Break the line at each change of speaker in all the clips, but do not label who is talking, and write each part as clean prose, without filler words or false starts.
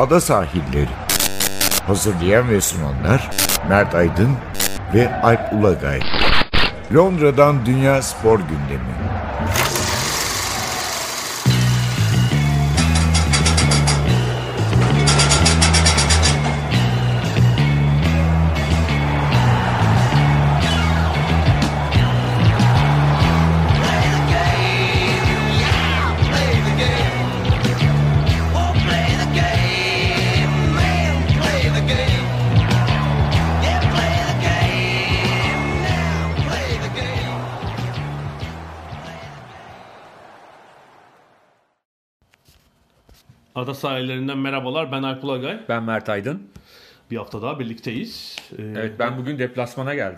Ada Sahilleri. Hazırlayan ve sunanlar Mert Aydın ve Alp Ulagay. Londra'dan Dünya Spor Gündemi.
Ada sahillerinden merhabalar. Ben Alp Ulagay.
Ben Mert Aydın.
Bir hafta daha birlikteyiz.
Evet, ben bugün deplasmana geldim.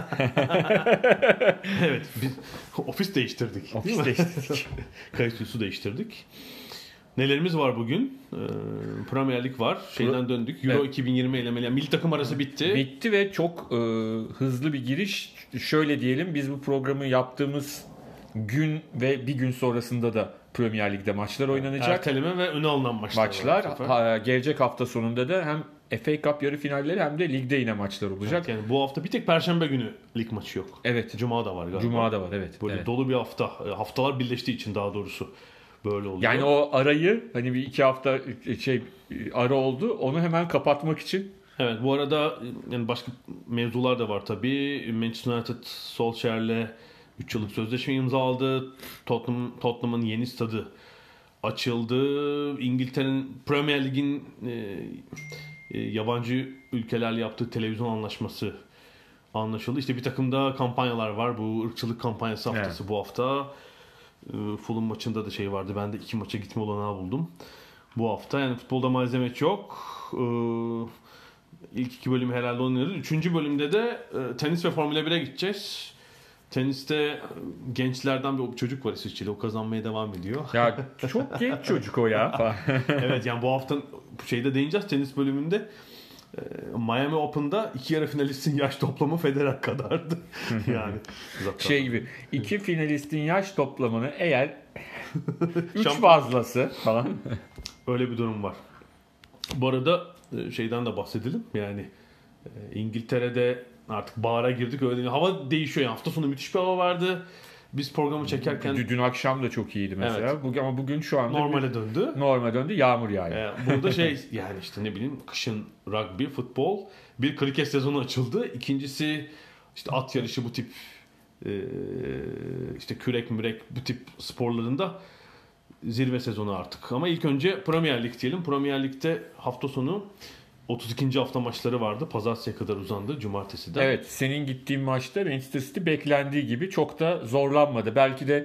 Evet, biz ofis değiştirdik.
Ofis değiştirdik.
Kayıt stüdyosu değiştirdik. Nelerimiz var bugün? Premier Lig var. Şeyden döndük. Euro 2020 elemeleri. Milli takım arası bitti.
Bitti ve çok hızlı bir giriş. Şöyle diyelim, biz bu programı yaptığımız gün ve bir gün sonrasında da Premier Lig'de maçlar oynanacak.
Erteleme ve öne alınan maçlar.
Gelecek hafta sonunda da hem FA Cup yarı finalleri hem de ligde yine maçlar olacak.
Evet, yani bu hafta bir tek Perşembe günü lig maçı yok.
Evet.
Cuma da var galiba.
Cuma da var, evet.
Böyle
evet.
dolu bir hafta. Haftalar birleştiği için daha doğrusu böyle oluyor.
Yani o arayı, hani bir iki hafta ara oldu, onu hemen kapatmak için.
Evet, bu arada yani başka mevzular da var tabii. Manchester United Solskjaer'le 3 yıllık sözleşme imzaladı. Tottenham'ın yeni stadı açıldı. İngiltere'nin Premier Lig'in yabancı ülkelerle yaptığı televizyon anlaşması anlaşıldı. İşte bir takım da kampanyalar var. Bu ırkçılık kampanyası haftası bu hafta. Fulham maçında da şey vardı. Ben de 2 maça gitme olanağı buldum. Bu hafta yani futbolda malzeme çok. İlk 2 bölümü herhalde oynuyoruz. 3. bölümde de tenis ve Formula 1'e gideceğiz. Teniste gençlerden bir çocuk var İsviçreli. O kazanmaya devam ediyor.
Ya çok genç çocuk o ya.
Evet, yani bu hafta şeyde değineceğiz tenis bölümünde. Miami Open'da 2 yarı finalistin yaş toplamı Federer kadardı. Yani
şey gibi 2 finalistin yaş toplamını eğer 3 fazlası falan.
Öyle bir durum var. Bu arada şeyden de bahsedelim. Yani İngiltere'de artık bahara girdik. Öyle değil. Hava değişiyor. Yani hafta sonu müthiş bir hava vardı. Biz programı çekerken...
Dün akşam da çok iyiydi mesela. Evet. Ama bugün şu anda...
Normale döndü.
Normale döndü. Yağmur yağıyor.
Burada yani işte ne bileyim kışın rugby, futbol. Bir kriket sezonu açıldı. İkincisi işte at yarışı, bu tip işte kürek mürek bu tip sporlarında zirve sezonu artık. Ama ilk önce Premier Lig diyelim. Premier Lig'de hafta sonu 32. hafta maçları vardı. Pazartesiye kadar uzandı. Cumartesi de.
Evet. Senin gittiğin maçta Manchester City beklendiği gibi çok da zorlanmadı. Belki de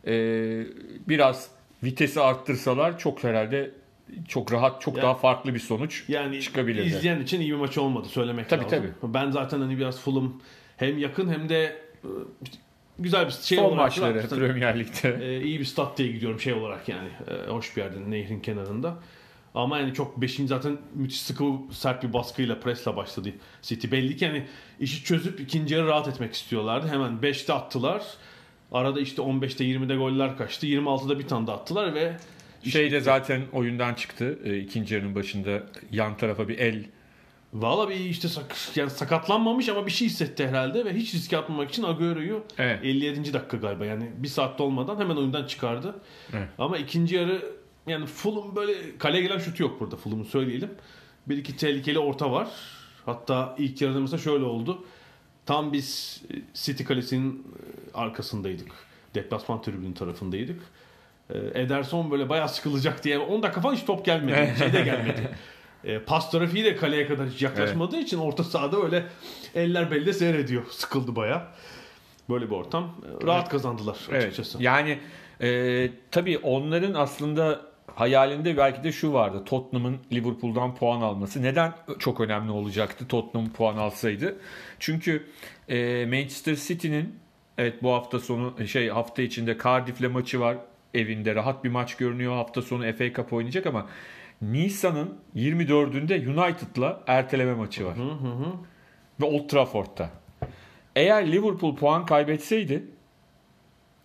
biraz vitesi arttırsalar çok herhalde çok rahat, çok daha farklı bir sonuç çıkabilirdi.
Yani izleyen için iyi bir maç olmadı söylemek lazım. Tabii. Ben zaten hani biraz Fulham hem yakın hem de güzel bir şey
son
olarak.
Maçları Premier Lig'de.
İyi bir stat diye gidiyorum şey olarak yani. Hoş bir yerde, nehrin kenarında. Ama yani çok 5. zaten müthiş sıkı, sert bir baskıyla, presle başladı City. Belli ki yani işi çözüp ikinci yarı rahat etmek istiyorlardı. Hemen 5'te attılar. Arada işte 15'te 20'de goller kaçtı. 26'da bir tane de attılar ve
de zaten oyundan çıktı. İkinci yarının başında yan tarafa bir el.
Valla bir işte yani sakatlanmamış ama bir şey hissetti herhalde ve hiç riske atmamak için Agüero'yu 57. dakika galiba yani bir saatte olmadan hemen oyundan çıkardı. Evet. Ama ikinci yarı yani Fulham böyle kaleye gelen şutu yok burada, Fulham'ı söyleyelim. Bir iki tehlikeli orta var. Hatta ilk yarıda mesela şöyle oldu. Tam biz City kalesinin arkasındaydık. Deplasman tribünün tarafındaydık. Ederson böyle bayağı sıkılacak diye 10 dakika falan hiç top gelmedi. Şeyde gelmedi. Pas trafiği de kaleye kadar hiç yaklaşmadığı için orta sahada öyle eller belde seyrediyor. Sıkıldı bayağı. Böyle bir ortam. Rahat kazandılar açıkçası.
Evet. Yani tabii onların aslında hayalinde belki de şu vardı. Tottenham'ın Liverpool'dan puan alması. Neden çok önemli olacaktı Tottenham puan alsaydı? Çünkü Manchester City'nin bu hafta sonu hafta içinde Cardiff'le maçı var. Evinde rahat bir maç görünüyor. Hafta sonu FA Cup oynayacak ama Nisan'ın 24'ünde United'la erteleme maçı var. Ve Old Trafford'da. Eğer Liverpool puan kaybetseydi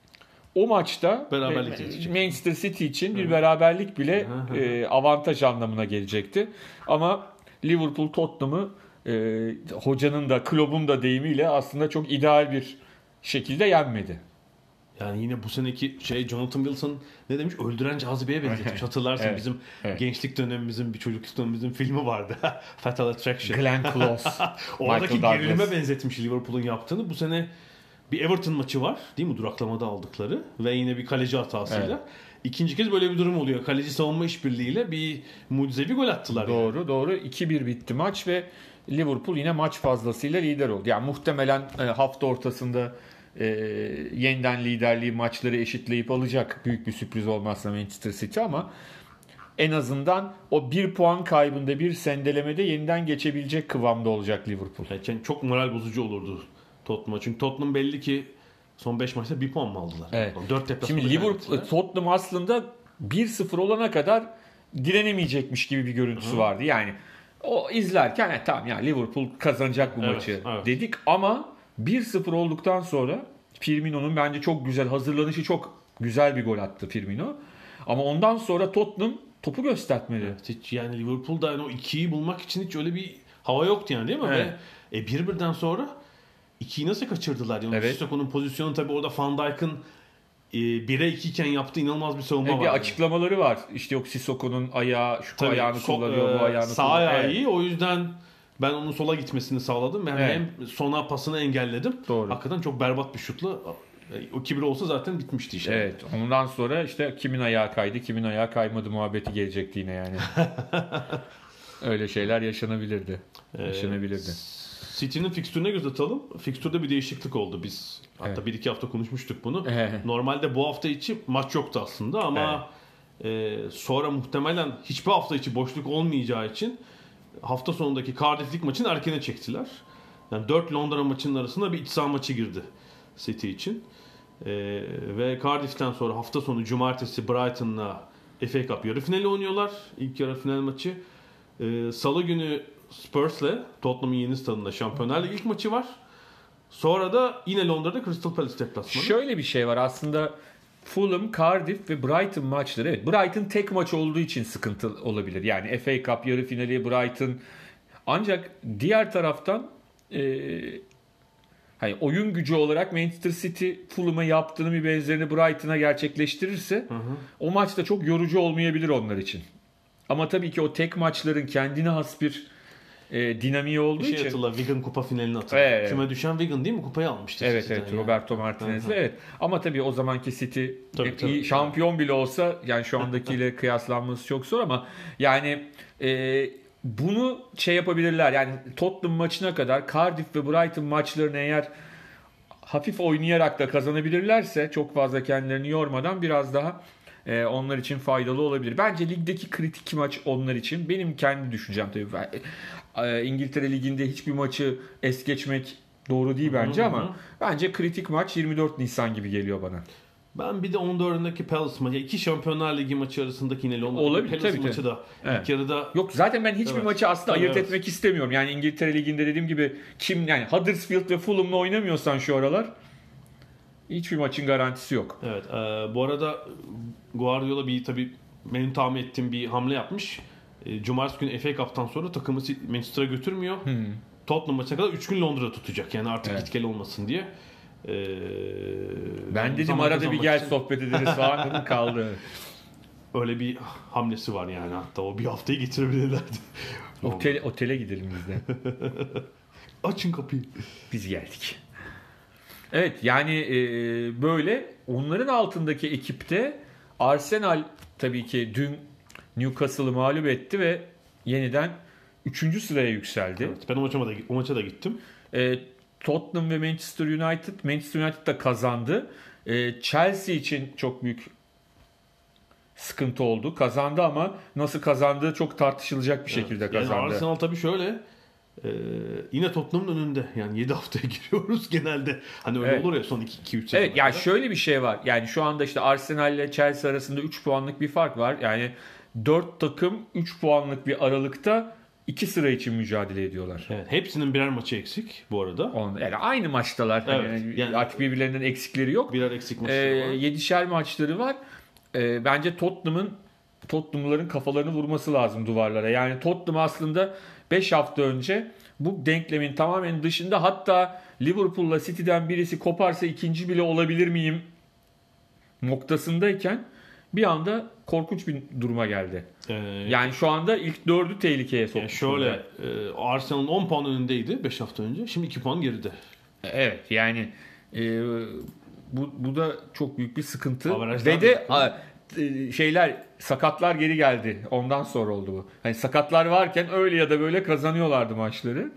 o maçta Manchester City için bir beraberlik bile avantaj anlamına gelecekti. Ama Liverpool Tottenham'ı hocanın da Klopp'un da deyimiyle aslında çok ideal bir şekilde yenmedi.
Yani yine bu seneki Jonathan Wilson ne demiş? Öldüren cazibeye benzetmiş. Hatırlarsın bizim gençlik dönemimizin, bir çocukluk dönemimizin filmi vardı. Fatal Attraction.
Glenn Close.
Oradaki gerilime benzetmiş Liverpool'un yaptığını. Bu sene bir Everton maçı var. Değil mi? Duraklamada aldıkları. Ve yine bir kaleci hatasıyla. Evet. İkinci kez böyle bir durum oluyor. Kaleci savunma işbirliğiyle bir mucizevi gol attılar.
Doğru. 2-1 bitti maç ve Liverpool yine maç fazlasıyla lider oldu. Yani muhtemelen hafta ortasında yeniden liderliği maçları eşitleyip alacak, büyük bir sürpriz olmazsa Manchester City, ama en azından o bir puan kaybında, bir sendelemede yeniden geçebilecek kıvamda olacak Liverpool.
Yani çok moral bozucu olurdu Tottenham'a. Çünkü Tottenham belli ki son 5 maçta 1 puan mı aldılar?
Evet. 4 deplasmanda. Şimdi Liverpool, Tottenham aslında 1-0 olana kadar direnemeyecekmiş gibi bir görüntüsü vardı. Yani o izlerken tamam yani Liverpool kazanacak bu maçı dedik, ama 1-0 olduktan sonra Firmino'nun bence çok güzel hazırlanışı, çok güzel bir gol attı Firmino. Ama ondan sonra Tottenham topu göstermedi.
Evet, hiç yani Liverpool'da yani o 2'yi bulmak için hiç öyle bir hava yoktu yani, değil mi?
Evet.
Ve 1-1'den sonra 2'yi nasıl kaçırdılar? Yani Sissoko'nun pozisyonu, tabii orada Van Dijk'ın 1'e 2 iken yaptığı inanılmaz bir savunma var.
Bir açıklamaları var. İşte yok Sissoko'nun ayağı, şu ayağını kullanıyor, bu ayağını
sağ ayağı iyi. O yüzden ben onun sola gitmesini sağladım. Yani hem sona pasını engelledim.
Doğru.
Hakikaten çok berbat bir şutla. O 2-1 olsa zaten bitmişti işte.
Evet. Ondan sonra işte kimin ayağı kaydı, kimin ayağı kaymadı muhabbeti gelecekti yine yani. Öyle şeyler yaşanabilirdi.
City'nin fikstürüne göz atalım. Fikstürde bir değişiklik oldu. Biz hatta 1-2 hafta konuşmuştuk bunu. Normalde bu hafta içi maç yoktu aslında ama sonra muhtemelen hiçbir hafta içi boşluk olmayacağı için hafta sonundaki Cardiff Lig maçını erkene çektiler. Yani 4 Londra maçının arasında bir iç saha maçı girdi City için. Ve Cardiff'ten sonra hafta sonu cumartesi Brighton'la FA Cup yarı finali oynuyorlar. İlk yarı final maçı. Salı günü Spurs'le Tottenham'ın yeni stadında Şampiyonlar Ligi ilk maçı var. Sonra da yine Londra'da Crystal Palace deplasmanı.
Şöyle bir şey var aslında. Fulham, Cardiff ve Brighton maçları. Evet, Brighton tek maç olduğu için sıkıntı olabilir. Yani FA Cup yarı finali Brighton. Ancak diğer taraftan hani oyun gücü olarak Manchester City Fulham'a yaptığını bir benzerini Brighton'a gerçekleştirirse o maç da çok yorucu olmayabilir onlar için. Ama tabii ki o tek maçların kendine has bir dinamiği olduğu için.
Hatırla, Wigan kupa finalini hatırla. Küme düşen Wigan değil mi? Kupayı almıştı.
Evet, Roberto Martinez'le. Evet. Ama tabii o zamanki City iyi şampiyon bile olsa, yani şu andakiyle kıyaslanması çok zor, ama yani bunu yapabilirler. Yani Tottenham maçına kadar Cardiff ve Brighton maçlarını eğer hafif oynayarak da kazanabilirlerse, çok fazla kendilerini yormadan, biraz daha onlar için faydalı olabilir. Bence ligdeki kritik maç onlar için. Benim kendi düşüncem tabii. İngiltere Ligi'nde hiçbir maçı es geçmek doğru değil bence, ama bence kritik maç 24 Nisan gibi geliyor bana.
Ben bir de 14'ündeki Palace maçı, iki Şampiyonlar Ligi maçı arasındaki yine Londra'daki Palace maçı da ilk yarıda...
Yok zaten ben hiçbir maçı aslında ayırt etmek istemiyorum. Yani İngiltere Ligi'nde dediğim gibi yani Huddersfield ve Fulham'la oynamıyorsan şu aralar hiçbir maçın garantisi yok.
Evet. Bu arada Guardiola tabii benim tahmin ettiğim bir hamle yapmış. Cumartesi günü FA Cup'tan sonra takımı Manchester'a götürmüyor. Tottenham maçına kadar 3 gün Londra'da tutacak. Yani artık git gel olmasın diye.
Ben dedim arada bir gel sohbet ederiz falan, kaldı.
Öyle bir hamlesi var yani, hatta o bir haftayı getirebilirlerdi.
Otele gidelim biz de.
Açın kapıyı.
Biz geldik. Evet yani böyle onların altındaki ekipte Arsenal tabii ki dün Newcastle'ı mağlup etti ve yeniden 3. sıraya yükseldi.
Evet, ben o maça da gittim.
Tottenham ve Manchester United da kazandı. Chelsea için çok büyük sıkıntı oldu. Kazandı ama nasıl kazandığı çok tartışılacak bir şekilde kazandı.
Yani Arsenal tabii şöyle yine Tottenham'ın önünde. Yani 7 haftaya giriyoruz genelde. Hani öyle olur ya son 2-3 sene.
Evet yani şöyle bir şey var. Yani şu anda işte Arsenal ile Chelsea arasında 3 puanlık bir fark var. Yani 4 takım 3 puanlık bir aralıkta 2 sıra için mücadele ediyorlar.
Evet, hepsinin birer maçı eksik bu arada.
Yani aynı maçtalar.
Evet,
yani artık birbirlerinden eksikleri yok.
Birer eksik maçları var.
7'şer maçları var. Bence Tottenham'ların kafalarını vurması lazım duvarlara. Yani Tottenham aslında 5 hafta önce bu denklemin tamamen dışında, hatta Liverpool'la City'den birisi koparsa ikinci bile olabilir miyim noktasındayken bir anda korkunç bir duruma geldi. Yani şu anda ilk 4'ü tehlikeye soktu.
Yani şöyle Arsenal'ın 10 puan önündeydi 5 hafta önce. Şimdi 2 puan geride.
Evet yani bu da çok büyük bir sıkıntı.
Averajdan
Ve de sakatlar geri geldi. Ondan sonra oldu bu. Hani sakatlar varken öyle ya da böyle kazanıyorlardı maçları.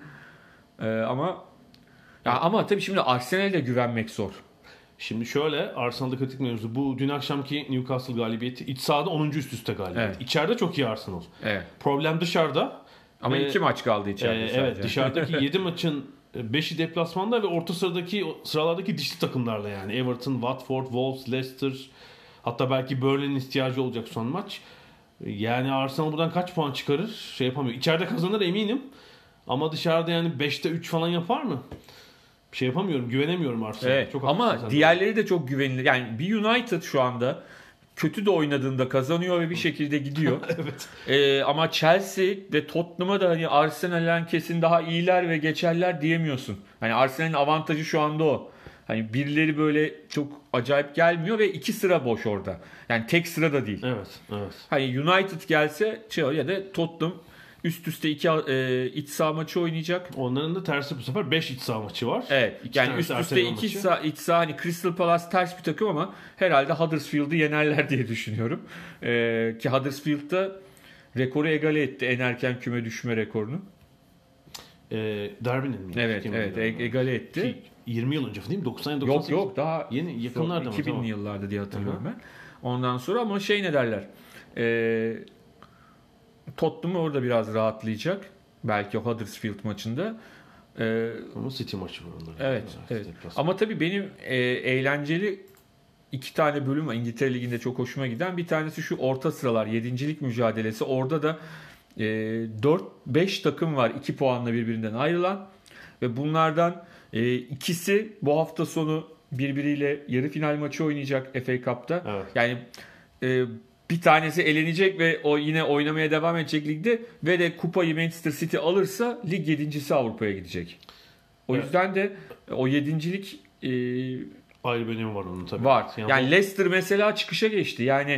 Ama tabii şimdi Arsenal'e güvenmek zor.
Şimdi şöyle, Arsenal'da kritik mevzu. Bu dün akşamki Newcastle galibiyeti, iç sahada 10. üst üste galibiyet.
Evet.
İçeride çok iyi Arsenal.
Evet.
Problem dışarıda.
Ama 2 maç kaldı içeride sadece.
Evet, dışarıdaki 7 maçın 5'i deplasmanda ve orta sıralardaki dişli takımlarla yani. Everton, Watford, Wolves, Leicester, hatta belki Burnley'nin ihtiyacı olacak son maç. Yani Arsenal buradan kaç puan çıkarır? Yapamıyor. İçeride kazanır eminim. Ama dışarıda yani 5'te 3 falan yapar mı? Yapamıyorum, güvenemiyorum Arsenal'a.
Evet, ama diğerleri de çok güvenilir. Yani bir United şu anda kötü de oynadığında kazanıyor ve bir şekilde gidiyor.
Evet.
Ama Chelsea ve Tottenham'a da hani Arsenal'den kesin daha iyiler ve geçerler diyemiyorsun. Hani Arsenal'in avantajı şu anda o. Hani birileri böyle çok acayip gelmiyor ve 2 sıra boş orada. Yani tek sıra da değil.
Evet.
Hani United gelse ya da Tottenham üst üste 2 iç saha maçı oynayacak.
Onların da tersi bu sefer 5 iç saha maçı var.
Evet. Yani üst üste 2 iç saha, hani Crystal Palace ters bir takım ama herhalde Huddersfield'ı yenerler diye düşünüyorum. Ki Huddersfield'da rekoru egale etti, en erken küme düşme rekorunu.
Derby'nin mi?
Evet, egale etti.
Ki 20 yıl önce değil mi? 90-98.
Yok daha
yeni yakınlarda mı?
2000'li yıllarda diye hatırlıyorum ben. Ondan sonra ama ne derler? Tottenham orada biraz rahatlayacak. Belki o Huddersfield maçında.
Ama City maçı var onların.
Evet. Ama tabii benim eğlenceli 2 tane bölüm var. İngiltere Ligi'nde çok hoşuma giden. Bir tanesi şu orta sıralar 7. mücadelesi. Orada da 4-5 takım var 2 puanla birbirinden ayrılan. Ve bunlardan ikisi bu hafta sonu birbiriyle yarı final maçı oynayacak FA Cup'ta.
Evet.
Yani bir tanesi elenecek ve o yine oynamaya devam edecek ligde ve de kupayı Manchester City alırsa lig 7.'si Avrupa'ya gidecek. O yüzden de o 7.'lik
ayrı bir önemi var onun tabii.
Var. Yani Leicester mesela çıkışa geçti. Yani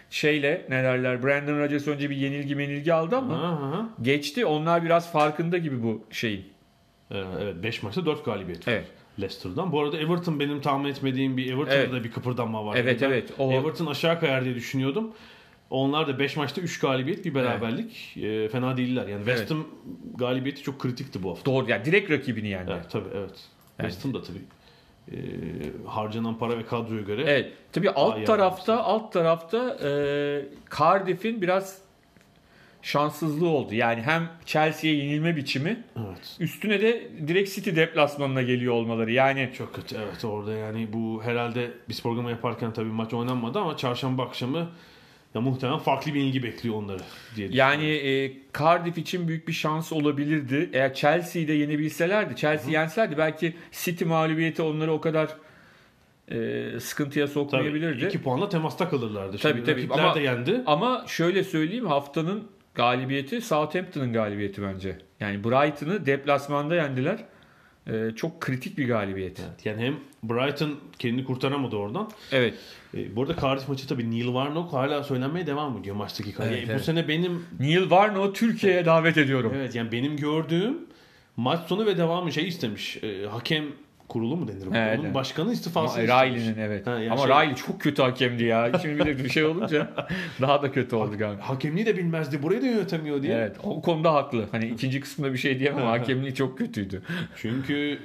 Brendan Rodgers önce bir yenilgi aldı ama geçti. Onlar biraz farkında gibi bu şeyin.
Evet, 5 maçta 4 galibiyet var.
Evet.
Leicester'dan. Bu arada Everton benim tahmin etmediğim bir Everton'da da bir kıpırdanma var.
Evet.
Everton aşağı kayar diye düşünüyordum. Onlar da 5 maçta 3 galibiyet, bir beraberlik. Fena değiller. Yani West Ham galibiyeti çok kritikti bu hafta.
Doğru. Yani direkt rakibini yendi.
Evet, tabii. West Ham da tabii harcanan para ve kadroya göre.
Evet. Tabii alt tarafta Cardiff'in biraz şanssızlığı oldu. Yani hem Chelsea'ye yenilme biçimi, üstüne de direkt City deplasmanına geliyor olmaları. Yani
çok kötü. Evet, orada yani bu herhalde biz programı yaparken tabii maç oynanmadı ama çarşamba akşamı ya muhtemelen farklı bir ilgi bekliyor onları diye düşünüyorum.
Yani Cardiff için büyük bir şans olabilirdi. Eğer Chelsea'yi de yenebilselerdi, yenselerdi belki City mağlubiyeti onları o kadar sıkıntıya sokmayabilirdi.
Tabii 2 puanla temasta kalırlardı.
Tabii.
Ama, de yendi.
Ama şöyle söyleyeyim, haftanın galibiyeti Southampton'ın galibiyeti bence. Yani Brighton'ı deplasmanda yendiler. Çok kritik bir galibiyet.
Evet, yani hem Brighton kendini kurtaramadı oradan.
Evet.
Bu arada Cardiff maçı tabii Neil Warnock hala söylenmeye devam ediyor maçtaki kariyer. Bu sene benim
Neil Warnock'u Türkiye'ye davet ediyorum.
Evet, yani benim gördüğüm maç sonu ve devamı istemiş. Hakem kurulu mu denir?
Evet.
Başkanı istifası istemiş.
Riley'nin evet. Yani ama Riley çok kötü hakemdi ya. Şimdi bir şey olunca daha da kötü oldu galiba.
Hakemliği de bilmezdi. Burayı da yönetemiyor diye.
Evet. O konuda haklı. Hani ikinci kısmında bir şey diyemem ama hakemliği çok kötüydü.
Çünkü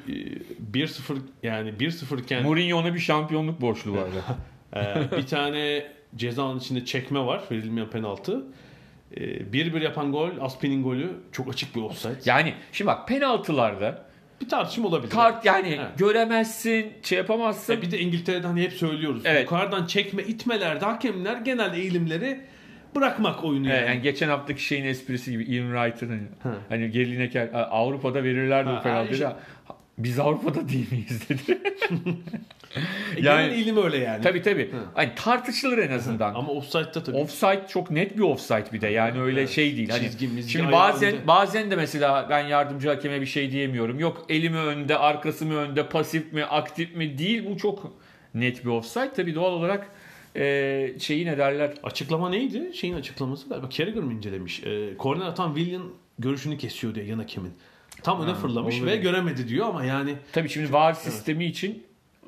1-0 iken
Mourinho ona bir şampiyonluk borçlu vardı.
Bir tane cezanın içinde çekme var. Verilmeyen penaltı. 1-1 yapan gol, Aspin'in golü çok açık bir offside.
Yani şimdi bak, penaltılarda
bir tartışma olabilir.
Göremezsin, yapamazsın.
Bir de İngiltere'de hep söylüyoruz.
Evet.
Yukarıdan çekme, itmelerde hakemler genelde eğilimleri bırakmak oyunu yani.
Yani geçen haftaki şeyin esprisi gibi Ian Wright'ın hani Gary Lineker Avrupa'da verirlerdi o penaltıyı da biz Avrupa'da değil miyiz dedi.
Yani ilim öyle yani.
Tabii. Hani tartışılır en azından.
Ama offside'da tabii.
Offside çok net bir offside bir de. Yani öyle şey değil. Hani
Çizgi,
şimdi bazen de mesela ben yardımcı hakeme bir şey diyemiyorum. Yok eli mi önde, arkası mı önde, pasif mi, aktif mi değil. Bu çok net bir offside. Tabii doğal olarak şeyi ne derler?
Açıklama neydi? Şeyin açıklaması galiba Carragher mı incelemiş? Korner atan Willian görüşünü kesiyor diye yan hakemin. Tam öne fırlamış ve göremedi diyor ama yani.
Tabii şimdi VAR sistemi için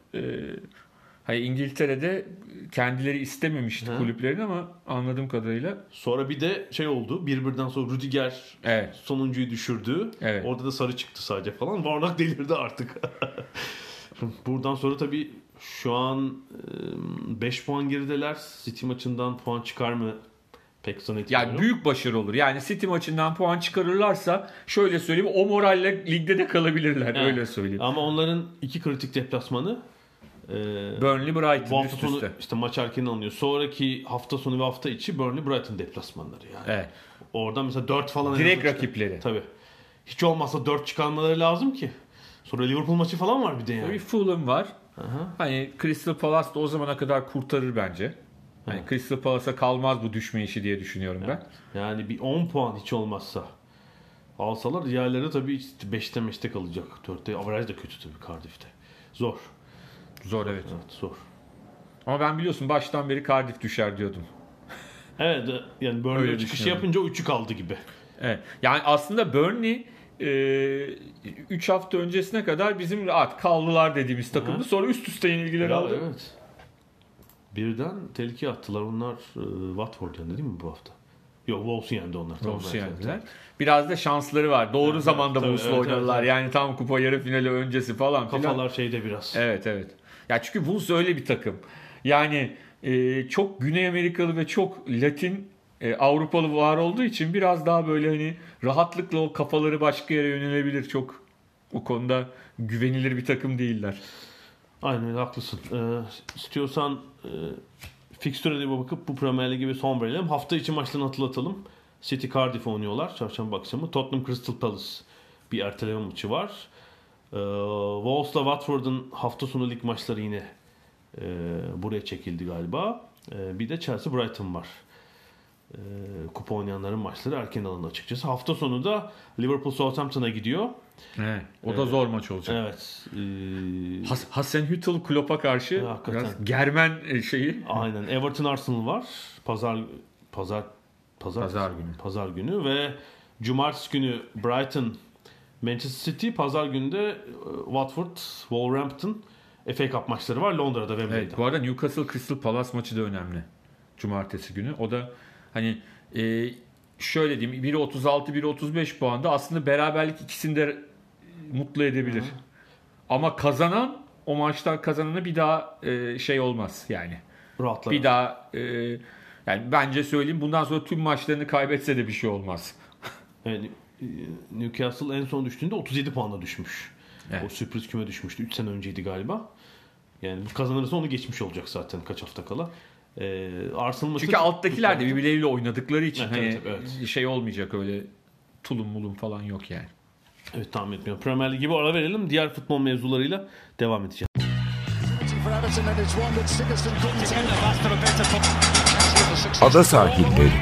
İngiltere'de kendileri istememişti kulüplerin ama anladığım kadarıyla.
Sonra bir de şey oldu. Birbirden sonra Rüdiger sonuncuyu düşürdü. Evet. Orada da sarı çıktı sadece falan. Varnak delirdi artık. Buradan sonra tabii şu an 5 puan gerideler. City maçından puan çıkar mı? Pek zannetmiyorum.
Yani büyük başarı olur. Yani City maçından puan çıkarırlarsa şöyle söyleyeyim o moralle ligde de kalabilirler. Öyle söyleyeyim.
Ama onların 2 kritik deplasmanı
Burnley Brighton
bu hafta sonu işte maç erken alınıyor. Sonraki hafta sonu ve hafta içi Burnley Brighton deplasmanları yani.
Evet.
Oradan mesela 4 falan
direkt rakipleri.
Tabii. Hiç olmazsa 4 çıkarmaları lazım ki. Sonra Liverpool maçı falan var bir de yani.
Tabii Fulham var. Hani Crystal Palace da o zamana kadar kurtarır bence. Hani Crystal Palace'a kalmaz bu düşme işi diye düşünüyorum ben.
Yani bir 10 puan hiç olmazsa alsalar diğerleri tabii 5'te 5'te kalacak. 4'te average da kötü tabii Cardiff'te. Zor.
Evet.
Zor.
Ama ben biliyorsun baştan beri Cardiff düşer diyordum.
Evet yani Burnley çıkışı yapınca 3'ü kaldı gibi.
Evet. Yani aslında Burnley 3 hafta öncesine kadar bizim rahat kaldılar dediğimiz takımdı. Sonra üst üste yenilgiler aldı.
Evet. Birden tehlikeye attılar. Onlar Watford yendi değil mi bu hafta? Yok Wolves'u yendi onlar.
Wolves'u yendiler. Biraz da şansları var. Doğru zamanda Wolves'u oynadılar. Evet. Yani tam kupa yarı finali öncesi falan filan.
Kafalar şeyde biraz.
Evet. Ya çünkü Wolves öyle bir takım. Yani çok Güney Amerikalı ve çok Latin Avrupalı var olduğu için biraz daha böyle hani rahatlıkla o kafaları başka yere yönelebilir. Çok o konuda güvenilir bir takım değiller.
Aynen öyle haklısın. İstiyorsan fikstüre de bakıp bu Premier Lig'e bir son verelim. Hafta içi maçlarını hatırlatalım. City Cardiff oynuyorlar çarşamba akşamı. Tottenham Crystal Palace bir erteleme maçı var. Wolves'la Watford'un hafta sonu lig maçları yine buraya çekildi galiba. Bir de Chelsea Brighton var. Kupa oynayanların maçları erken alındı açıkçası. Hafta sonu da Liverpool Southampton'a gidiyor.
Evet, o da zor maç olacak.
Evet.
Hasenhüttl Klopp'a karşı biraz germen şeyi.
Aynen. Everton Arsenal var. Pazar günü ve cumartesi günü Brighton Manchester City, pazar günü de Watford Wolverhampton FA Cup maçları var Londra'da Wembley'de.
Evet, bu arada Newcastle Crystal Palace maçı da önemli. Cumartesi günü. O da hani şöyle diyeyim, biri 36, biri 35 puanda, aslında beraberlik ikisini de mutlu edebilir. Ama kazanan, o maçtan kazanana bir daha şey olmaz yani.
Rahatlar.
Bir daha yani bence söyleyeyim, bundan sonra tüm maçlarını kaybetse de bir şey olmaz.
Yani Newcastle en son düştüğünde 37 puanla düşmüş.
Evet.
O sürpriz küme düşmüştü. 3 sene önceydi galiba. Yani bu kazanırsa onu geçmiş olacak zaten kaç hafta kala. Arsenal
çünkü alttakiler de birbirleriyle oynadıkları için
evet.
Şey olmayacak, öyle tulum mulum falan yok yani.
Evet, tahmin etmiyorum. Premier Lig'e bir ara verelim. Diğer futbol mevzularıyla devam edeceğiz.
Ada sahilleri.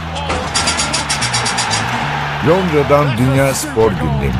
Londra'dan Dünya Spor Gündemi.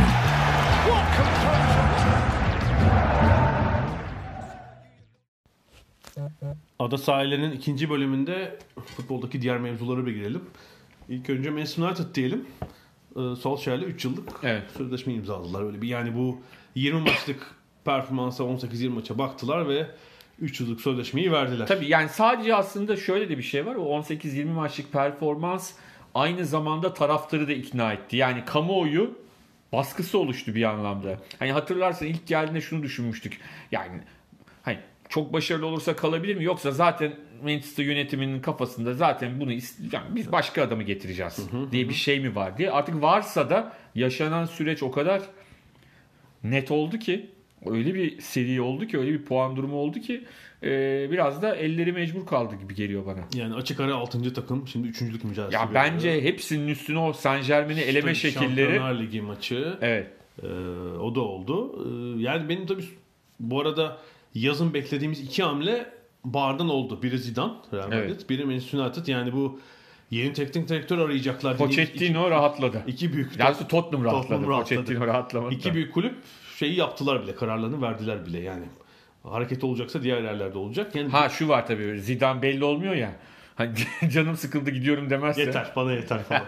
Ada sahillerinin ikinci bölümünde futboldaki diğer mevzulara bir girelim. İlk önce Manchester United diyelim. Solskjaer'le 3 yıllık sözleşme imzaladılar. Öyle bir, yani bu 20 maçlık performansa, 18-20 maça baktılar ve 3 yıllık sözleşmeyi verdiler.
Tabii yani sadece aslında şöyle de bir şey var. O 18-20 maçlık performans aynı zamanda taraftarı da ikna etti. Yani kamuoyu baskısı oluştu bir anlamda. Hani hatırlarsan ilk geldiğinde şunu düşünmüştük. Yani hani çok başarılı olursa kalabilir mi? Yoksa zaten Manchester yönetiminin kafasında zaten bunu yani biz başka adamı getireceğiz diye bir şey mi var diye. Artık varsa da yaşanan süreç o kadar net oldu ki öyle bir seri oldu ki, öyle bir puan durumu oldu ki biraz da elleri mecbur kaldı gibi geliyor bana.
Yani açık ara 6. takım şimdi 3.lük mücadelesi.
Ya bence hepsinin üstüne o Saint Germain'i eleme şekilleri.
Şampiyonlar Ligi maçı.
Evet.
O da oldu. Yani benim tabii bu arada yazın beklediğimiz 2 hamle Bayern'den oldu. Biri Zidane, Real Madrid, evet. Biri Manchester United. Yani bu yeni teknik direktör arayacaklar.
Pochettino rahatladı.
İki büyük.
Yani Tottenham rahatladı. Pochettino rahatlamadı.
İki büyük kulüp şeyi yaptılar bile, kararlarını verdiler bile yani. Hareket olacaksa diğer yerlerde olacak. Yani
şu var tabii. Zidane belli olmuyor ya. Hani canım sıkıldı gidiyorum demezse.
Yeter, bana yeter falan.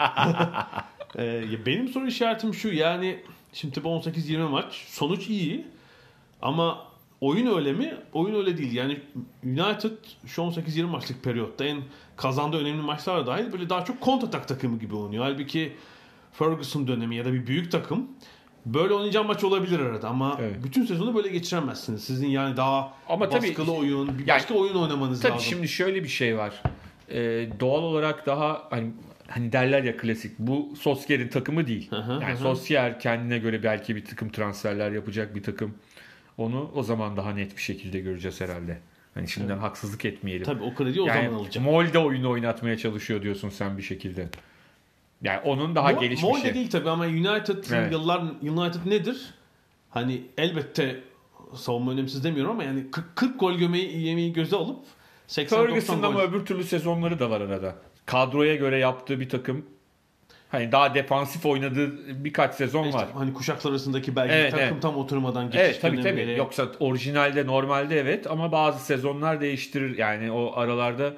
Benim soru işaretim şu, yani şimdi tabii 18-20 maç sonuç iyi ama oyun öyle mi? Oyun öyle değil. Yani United şu 18-20 maçlık periyotta en kazandığı önemli maçlar dahil böyle daha çok kontratak takımı gibi oynuyor. Halbuki Ferguson dönemi ya da bir büyük takım böyle oynayacağım maç olabilir arada ama bütün sezonu böyle geçiremezsiniz. Sizin yani daha baskılı oyun, bir başka oyun oynamanız lazım.
Tabii şimdi şöyle bir şey var. Doğal olarak daha hani derler ya klasik, bu Solskjaer'in takımı değil. Yani Solskjaer kendine göre belki bir takım transferler yapacak bir takım. Onu o zaman daha net bir şekilde göreceğiz herhalde. Hani şimdiden haksızlık etmeyelim.
Tabii o kredi o zaman alacak.
Molde oyunu oynatmaya çalışıyor diyorsun sen bir şekilde. Yani onun daha gelişmişi.
Molde değil tabii ama United nedir? Hani elbette savunma önemsiz demiyorum ama yani 40 gol yemeyi göze alıp 80-90
Ferguson'da
gol.
ama öbür türlü sezonları da var arada. Kadroya göre yaptığı bir takım. Hani daha defansif oynadığı birkaç sezon var.
Hani kuşaklar arasındaki belki takım tam oturmadan geçiş
dönemleri. Tabii. Yoksa orijinalde normalde ama bazı sezonlar değiştirir. Yani o aralarda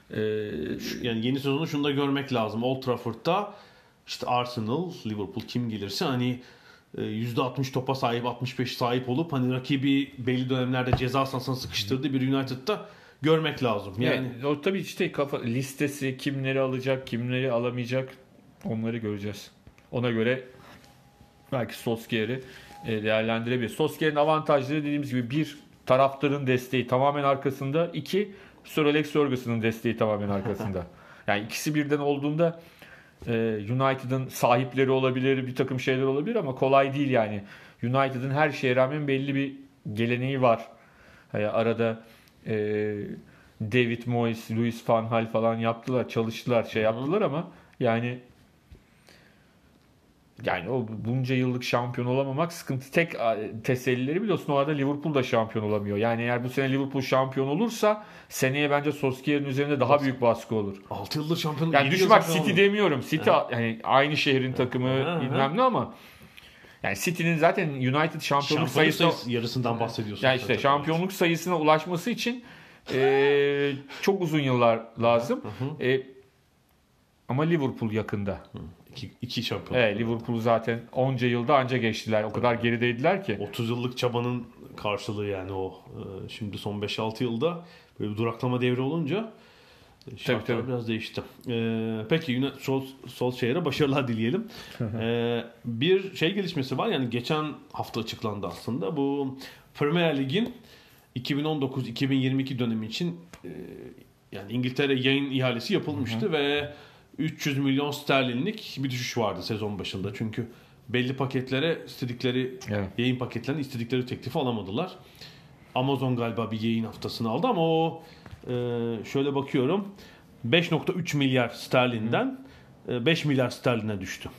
yani yeni sezonu şunu da görmek lazım. Old Trafford'da işte Arsenal, Liverpool kim gelirse hani %60 topa sahip, 65 sahip olup hani rakibi belli dönemlerde ceza sahasına sıkıştırdığı bir United'da görmek lazım. Yani
o tabii işte listesi, kimleri alacak, kimleri alamayacak, onları göreceğiz. Ona göre belki Solskjaer'i değerlendirebilir. Solskjaer'in avantajları dediğimiz gibi, bir, taraftarın desteği tamamen arkasında. İki, Sir Alex Ferguson'ın desteği tamamen arkasında. Yani ikisi birden olduğunda United'ın sahipleri olabilir, bir takım şeyler olabilir ama kolay değil yani. United'ın her şeye rağmen belli bir geleneği var. Yani arada David Moyes, Louis van Gaal falan yaptılar, çalıştılar, yaptılar ama yani o bunca yıllık şampiyon olamamak sıkıntı. Tek tesellileri biliyorsun, o arada Liverpool da şampiyon olamıyor. Yani eğer bu sene Liverpool şampiyon olursa seneye bence Solskjaer'in üzerinde daha büyük baskı olur.
6 yıldır şampiyon.
Yani düşmek City demiyorum. City yani aynı şehrin takımı bilmem ne ama yani City'nin zaten United şampiyonluk sayısı
yarısından bahsediyorsun.
Yani işte şampiyonluk sayısına ulaşması için çok uzun yıllar lazım. Ama Liverpool yakında.
İki şampiyon.
Liverpool zaten onca yılda anca geçtiler. O kadar gerideydiler ki.
30 yıllık çabanın karşılığı yani o. Şimdi son 5-6 yılda böyle bir duraklama devri olunca şartlar biraz değişti. Peki Solskjaer'e başarılar dileyelim. Bir gelişmesi var. Yani geçen hafta açıklandı aslında. Bu Premier Lig'in 2019-2022 dönemi için yani İngiltere yayın ihalesi yapılmıştı ve 300 milyon sterlinlik bir düşüş vardı sezon başında. Çünkü belli paketlere yayın paketlerine istedikleri teklifi alamadılar. Amazon galiba bir yayın haftasını aldı ama o şöyle bakıyorum 5.3 milyar sterlinden 5 milyar sterline düştü.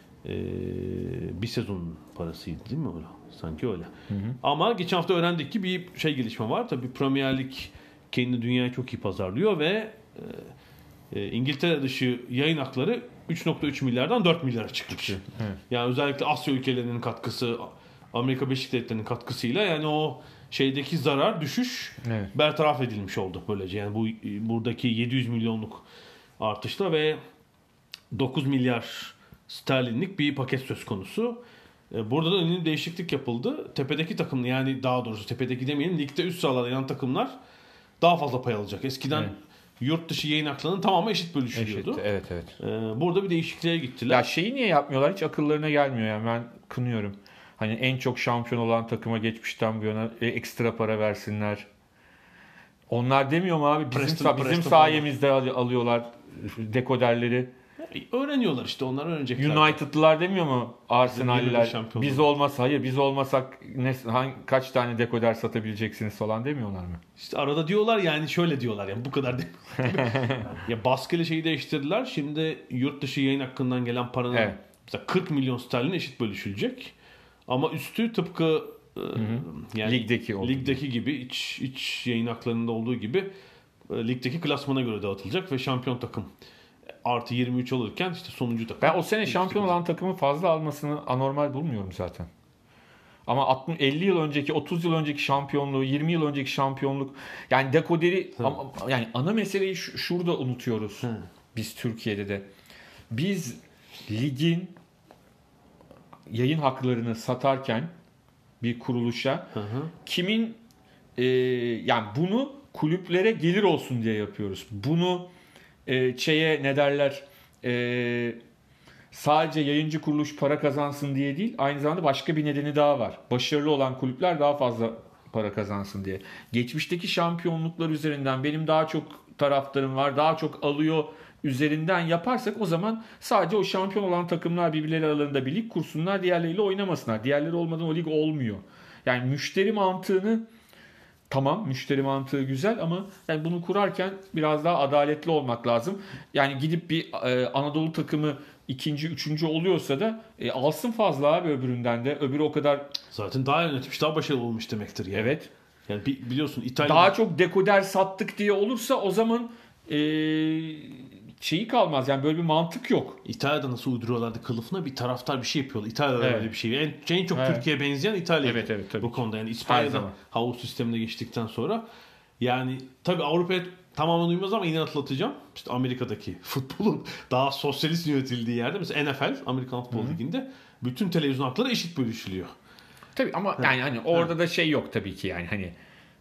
Bir sezon parasıydı değil mi öyle? Sanki öyle. Ama geçen hafta öğrendik ki bir gelişme var. Tabii Premier Lig kendi dünyayı çok iyi pazarlıyor ve İngiltere dışı yayın hakları 3.3 milyardan 4 milyara çıkmış. Yani özellikle Asya ülkelerinin katkısı, Amerika Birleşik Devletleri'nin katkısıyla yani o zarar, düşüş bertaraf edilmiş oldu böylece. Yani buradaki 700 milyonluk artışla ve 9 milyar sterlinlik bir paket söz konusu. Burada da önemli değişiklik yapıldı. Tepedeki takım, yani daha doğrusu tepedeki demeyelim, ligde üst sıralarda yan takımlar daha fazla pay alacak. Eskiden yurt dışı yayın haklarının tamamı eşit bölüşülüyordu.
Evet.
Burada bir değişikliğe gittiler.
Ya niye yapmıyorlar? Hiç akıllarına gelmiyor yani. Ben kınıyorum. Hani en çok şampiyon olan takıma geçmişten bu yana ekstra para versinler. Onlar demiyor mu abi? Bizim sayemizde alıyorlar dekoderleri.
Öğreniyorlar işte, onlar öğrenecekler.
United'lılar demiyor mu Arsenal'liler? Biz olmasak kaç tane dekoder satabileceksiniz falan demiyorlar mı?
İşte arada diyorlar yani, şöyle diyorlar yani, bu kadar değil. Ya baskıyla şeyi değiştirdiler. Şimdi yurt dışı yayın hakkından gelen paranın mesela 40 milyon sterlin eşit bölüşülecek. Ama üstü tıpkı yani ligdeki gibi iç yayın haklarında olduğu gibi ligdeki klasmana göre dağıtılacak ve şampiyon takım artı 23 olurken işte sonuncu takım.
Ben o sene şampiyon olan takımın fazla almasını anormal bulmuyorum zaten. Ama 50 yıl önceki, 30 yıl önceki şampiyonluğu, 20 yıl önceki şampiyonluk, yani dekoderi, yani ana meseleyi şurada unutuyoruz. Biz Türkiye'de de. Biz ligin yayın haklarını satarken bir kuruluşa kimin yani bunu kulüplere gelir olsun diye yapıyoruz. Bunu ne derler, sadece yayıncı kuruluş para kazansın diye değil, aynı zamanda başka bir nedeni daha var. Başarılı olan kulüpler daha fazla para kazansın diye. Geçmişteki şampiyonluklar üzerinden benim daha çok taraftarım var, daha çok alıyor üzerinden yaparsak, o zaman sadece o şampiyon olan takımlar birbirleri aralarında bir lig kursunlar, diğerleriyle oynamasınlar. Diğerleri olmadan o lig olmuyor. Yani müşteri mantığını, tamam, müşteri mantığı güzel ama yani bunu kurarken biraz daha adaletli olmak lazım. Yani gidip bir Anadolu takımı ikinci, üçüncü oluyorsa da alsın fazla abi öbüründen de. Öbürü o kadar...
Zaten daha yönetmiş, daha başarılı olmuş demektir yani.
Evet.
Yani biliyorsun İtalya...
Daha çok dekoder sattık diye olursa o zaman şeyi kalmaz. Yani böyle bir mantık yok.
İtalya'da nasıl uyduruyorlardı kılıfına, bir taraftar bir şey yapıyordu. İtalya'da öyle bir şey. En çok Türkiye'ye benzeyen İtalya.
Evet, tabii.
Bu konuda yani İspanya'da havuz sistemine geçtikten sonra. Yani tabii Avrupa'ya tamamen uymaz ama yine hatırlatacağım. İşte Amerika'daki futbolun daha sosyalist yönetildiği yerde, mesela NFL, Amerikan Futbol Ligi'nde bütün televizyon hakları eşit bölüşülüyor.
Tabii ama yani hani orada da şey yok tabii ki, yani hani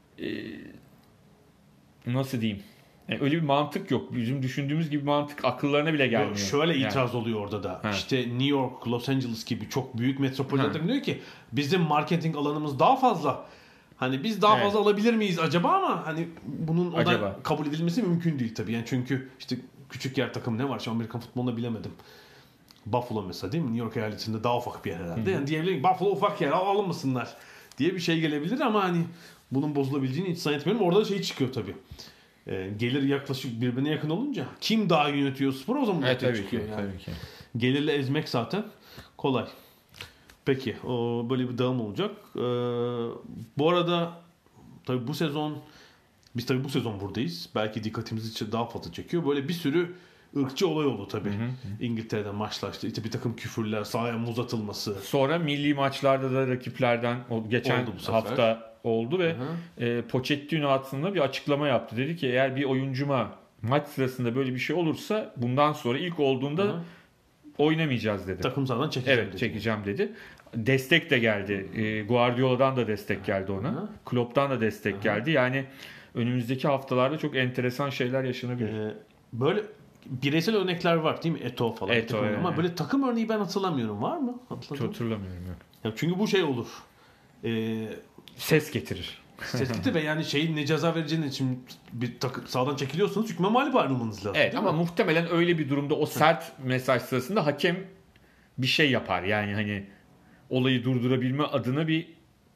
nasıl diyeyim? Yani öyle bir mantık yok. Bizim düşündüğümüz gibi mantık akıllarına bile gelmiyor.
Yok, şöyle itiraz oluyor orada da. İşte New York, Los Angeles gibi çok büyük metropoller diyor ki bizim marketing alanımız daha fazla. Hani biz daha fazla alabilir miyiz acaba, ama hani bunun kabul edilmesi mümkün değil tabii. Yani çünkü işte küçük yer takım ne var? Şu Amerikan futbolunda bilemedim. Buffalo mesela, değil mi? New York eyaletinde daha ufak bir yer herhalde. Yani diyebilirim Buffalo ufak yer, alınmasınlar diye bir şey gelebilir ama hani bunun bozulabileceğini hiç zannetmiyorum. Orada şey çıkıyor tabii. Gelir yaklaşık birbirine yakın olunca kim daha iyi yönetiyor sporu, o zaman ortaya çıkıyor.
Tabii ki.
Gelirle ezmek zaten kolay. Peki, böyle bir dağım olacak. Bu arada tabii bu sezon buradayız. Belki dikkatimizi için daha fazla çekiyor. Böyle bir sürü ırkçı olay oldu tabii. İngiltere'den maçlar, işte bir takım küfürler, sahaya muz atılması.
Sonra milli maçlarda da rakiplerden geçen hafta oldu ve Pochettino aslında bir açıklama yaptı. Dedi ki eğer bir oyuncuma maç sırasında böyle bir şey olursa bundan sonra ilk olduğunda oynamayacağız dedi.
Takım sahadan
çekeceğim dedi. Destek de geldi. Guardiola'dan da destek geldi ona. Klopp'tan da destek geldi. Yani önümüzdeki haftalarda çok enteresan şeyler yaşanabilir.
Böyle bireysel örnekler var değil mi? Eto'o falan. Ama böyle takım örneği ben hatırlamıyorum. Var mı?
Hatırlamıyorum.
Ya çünkü bu şey olur.
Ses getirir.
Ses getirir ve yani ne ceza vereceğiniz için bir sağdan çekiliyorsanız hükme mağlup ayrılmanız lazım.
Evet, ama muhtemelen öyle bir durumda o sert mesaj sırasında hakem bir şey yapar. Yani hani olayı durdurabilme adına bir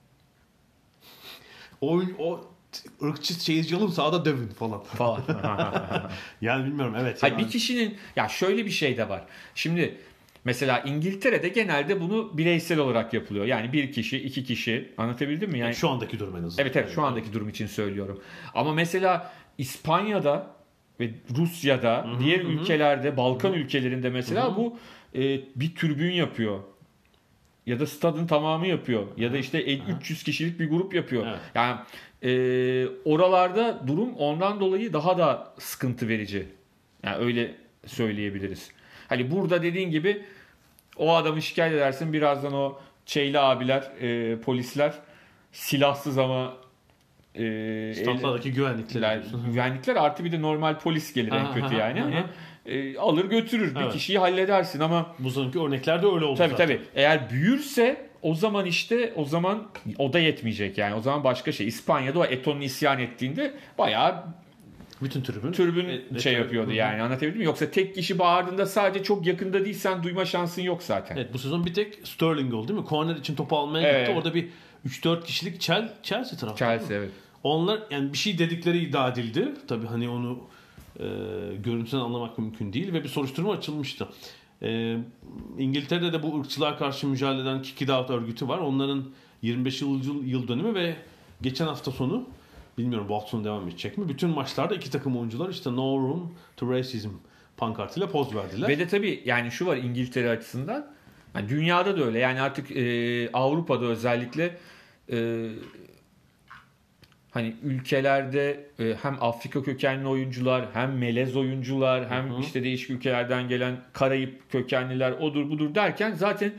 o ırkçı seyirci alın, sahada dövün falan. Yani bilmiyorum, evet.
Hayır, bir kişinin şöyle bir şey de var. Şimdi mesela İngiltere'de genelde bunu bireysel olarak yapılıyor. Yani bir kişi, iki kişi, anlatabildim mi? Yani
şu andaki durum en azından.
Evet, şu andaki durum için söylüyorum. Ama mesela İspanya'da ve Rusya'da, diğer ülkelerde, Balkan ülkelerinde mesela bu bir tribün yapıyor. Ya da stadın tamamı yapıyor. Ya da işte 300 kişilik bir grup yapıyor. Evet. Yani oralarda durum ondan dolayı daha da sıkıntı verici. Yani öyle söyleyebiliriz. Hani burada dediğin gibi o adamı şikayet edersin. Birazdan o Çeyli abiler, polisler silahsız ama
statlardaki
güvenlikler artı bir de normal polis gelir en kötü yani. Alır götürür. Bir kişiyi halledersin ama
bu sonraki örneklerde öyle oldu
zaten. Tabii. Eğer büyürse o zaman o da yetmeyecek yani. O zaman başka şey. İspanya'da o Eto'nun isyan ettiğinde bayağı
Bütün
tribün şey yapıyordu yani, anlatabildim mi? Yoksa tek kişi bağırdığında sadece çok yakında değilsen duyma şansın yok zaten.
Evet, bu sezon bir tek Sterling oldu değil mi? Corner için topu almaya gitti. Orada bir 3-4 kişilik Chelsea tarafı.
Chelsea, evet.
Onlar yani bir şey dedikleri iddia edildi. Tabii hani onu görüntüden anlamak mümkün değil ve bir soruşturma açılmıştı. İngiltere'de de bu ırkçılığa karşı mücadele eden Kick It Out örgütü var. Onların 25 yıl dönümü ve geçen hafta sonu, bilmiyorum bu hafta sonu devam edecek mi, bütün maçlarda iki takım oyuncular işte No Room to Racism pankartıyla poz verdiler.
Ve de tabii yani şu var İngiltere açısından, yani dünyada da öyle yani artık Avrupa'da özellikle hani ülkelerde hem Afrika kökenli oyuncular, hem melez oyuncular, hem işte değişik ülkelerden gelen Karayip kökenliler, odur budur derken zaten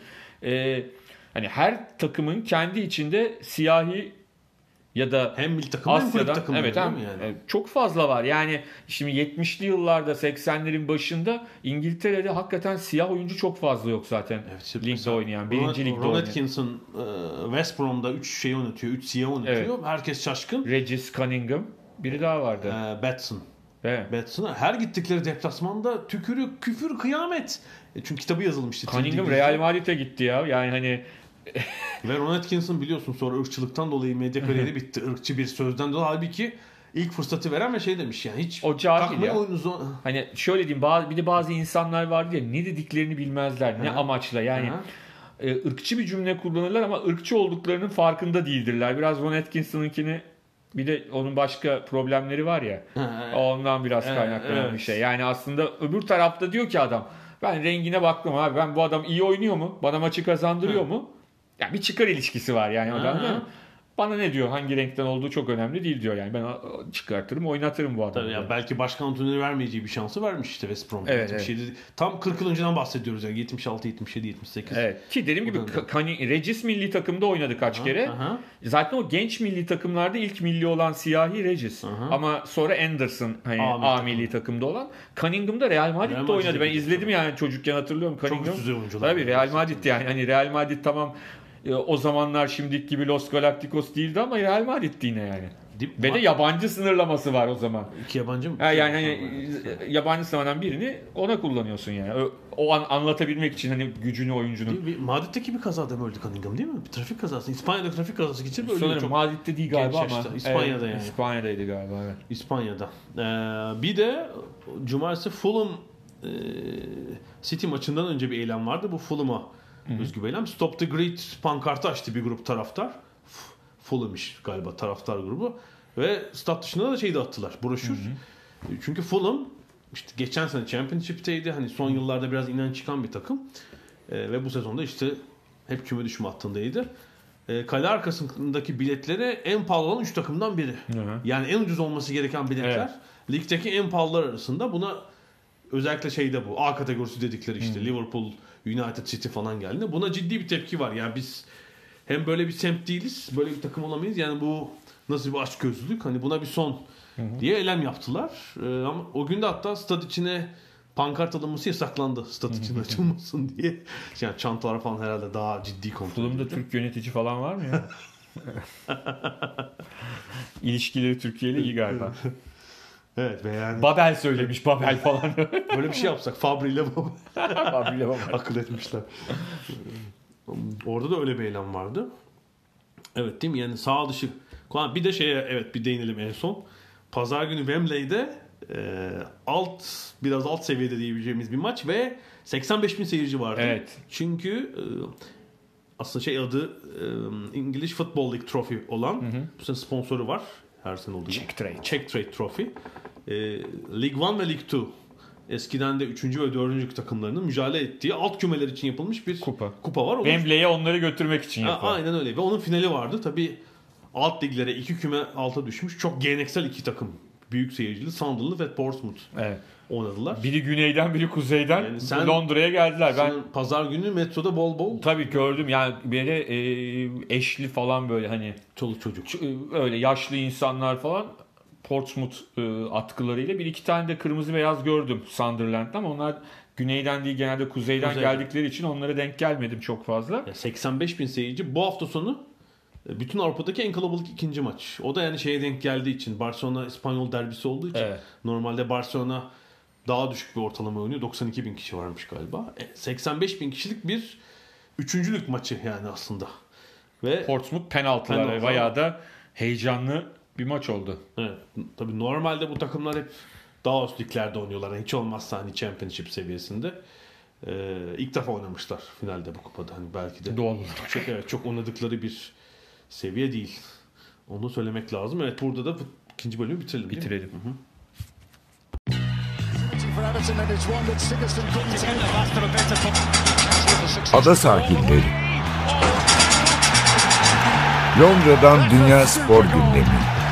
hani her takımın kendi içinde siyahi ya da
hem milli takım hem kulüp takım,
evet, hem yani çok fazla var. Yani şimdi 70'li yıllarda 80'lerin başında İngiltere'de hakikaten siyah oyuncu çok fazla yok zaten. Evet, ligde oynayan, birinci ligde oynayan.
Ron Atkinson West Brom'da 3 şey oynatıyor, 3 siyah oynatıyor. Evet. Herkes şaşkın.
Regis Cunningham, biri daha vardı.
Batson.
Evet.
Batson'a her gittikleri deplasmanda tükürük, küfür, kıyamet. Çünkü kitabı yazılmıştı.
Cunningham Real Madrid'e gitti ya. Yani hani
ve Ron Atkinson biliyorsun sonra ırkçılıktan dolayı medya kariyeri bitti. Irkçı bir sözden dolayı. Halbuki ilk fırsatı veren ve şey demiş yani hiç
o cahil ya.
Oyunuzu...
Hani şöyle diyeyim, bir de bazı insanlar vardı ya, ne dediklerini bilmezler. Ne amaçla yani. Irkçı bir cümle kullanırlar ama ırkçı olduklarının farkında değildirler. Biraz Ron Atkinson'ınkini, bir de onun başka problemleri var ya. Ondan biraz kaynaklanan bir şey. Yani aslında öbür tarafta diyor ki adam, ben rengine baktım abi, ben bu adam iyi oynuyor mu? Bana maçı kazandırıyor mu? Yani bir çıkar ilişkisi var yani adamla. Bana ne diyor, hangi renkten olduğu çok önemli değil diyor yani. Ben çıkartırım, oynatırım bu adamı.
Tabii ya, belki başkan antrenörü vermeyeceği bir şansı vermiş işte West Brom. Evet. Tam 40 yıl önceden bahsediyoruz yani 76, 77, 78.
Evet. Ki dediğim gibi Regis milli takımda oynadı kaç kere. Zaten o genç milli takımlarda ilk milli olan siyahi Regis. Ama sonra Anderson hani A milli takımda olan. Cunningham'da Real Madrid'de oynadı. Ben izledim yani çocukken, hatırlıyorum Cunningham.
Çok güzel oyuncular.
Tabii Real Madrid yani. Hani Real Madrid tamam, o zamanlar şimdiki gibi Los Galacticos değildi ama Real Madrid'di yine yani. Ve de yabancı sınırlaması var o zaman.
2 yabancı mı?
Yani hani yabancı sınırlanan birini ona kullanıyorsun yani. O an anlatabilmek için hani gücünü oyuncunun.
Madrid'deki bir kazada mı öldü Cunningham değil mi? Bir trafik kazası. İspanya'da trafik kazası geçirip öldü.
Sanırım Madrid'de değil galiba ama.
İspanya'da yani.
İspanya'daydı galiba, evet.
İspanya'da. Bir de cumartesi Fulham City maçından önce bir eylem vardı. Bu Fulham'a özgü bir eylem. Stop the Greed pankartı açtı bir grup taraftar. Fulham'mış galiba taraftar grubu. Ve stat dışında da şey de attılar. Broşür. Çünkü Fulham işte geçen sene Championship'teydi. Hani son yıllarda biraz inen çıkan bir takım. Ve bu sezonda işte hep küme düşme hattındaydı. Kale arkasındaki biletleri en pahalı olan 3 takımdan biri. Yani en ucuz olması gereken biletler ligdeki en pahalılar arasında. Buna özellikle şeyde bu A kategorisi dedikleri işte Liverpool, United, City falan geldi. Buna ciddi bir tepki var. Yani biz hem böyle bir semt değiliz, böyle bir takım olamayız. Yani bu nasıl bir açgözlülük? Hani buna bir son diye eylem yaptılar. Ama o gün de hatta stad içine pankart alınması yasaklandı. Stad içine açılmasın diye. Yani çantalar falan herhalde daha ciddi kontrol.
Fulham'da Türk yönetici falan var mı ya? İlişkileri Türkiye ile iyi galiba.
Evet ve yani...
Babel söylemiş, Babel falan.
Böyle bir şey yapsak. Fabri ile Babel.
Fabri ile Babel.
Akıl etmişler. Orada da öyle bir eylem vardı. Evet değil mi? Yani sağ dışı. Bir de şeye bir değinelim en son. Pazar günü Wembley'de biraz alt seviyede diyebileceğimiz bir maç ve 85.000 seyirci vardı. Evet. Çünkü aslında adı English Football League Trophy olan bu sene sponsoru var. Her sene olduğu gibi. Czech Trade Trophy. League One ve League Two. Eskiden de 3. ve 4. takımlarının mücadele ettiği alt kümeler için yapılmış bir kupa var.
Wembley'e onları götürmek için yapılıyor.
Aynen öyle. Ve onun finali vardı. Tabii alt liglere 2 küme alta düşmüş. Çok geleneksel 2 takım. Büyük seyircili Sunderland ve Portsmouth oynadılar.
Biri güneyden, biri kuzeyden Londra'ya geldiler. Ben
pazar günü metroda bol
tabii gördüm. Yani bir de eşli falan böyle hani
çoluk çocuk.
Öyle yaşlı insanlar falan Portsmouth atkılarıyla, bir iki tane de kırmızı beyaz gördüm Sunderland'da ama onlar güneyden değil, genelde kuzeyden geldikleri için onlara denk gelmedim çok fazla.
85.000 seyirci bu hafta sonu bütün Avrupa'daki en kalabalık ikinci maç. O da yani şeye denk geldiği için, Barcelona İspanyol derbisi olduğu için.
Evet.
Normalde Barcelona daha düşük bir ortalama oynuyor. 92 bin kişi varmış galiba. 85 bin kişilik bir üçüncülük maçı yani aslında. Ve
Portsmouth penaltıları bayağı da heyecanlı bir maç oldu.
evet, tabii normalde bu takımlar hep daha üst liglerde oynuyorlar. Yani hiç olmazsa hani Championship seviyesinde. İlk defa oynamışlar finalde bu kupada. Hani belki de
Doğal
çok oynadıkları bir seviye değil. Onu söylemek lazım. Evet, burada da ikinci bölümü bitirelim. Hı-hı.
Ada sahilleri. Londra'dan Dünya Spor Gündemi.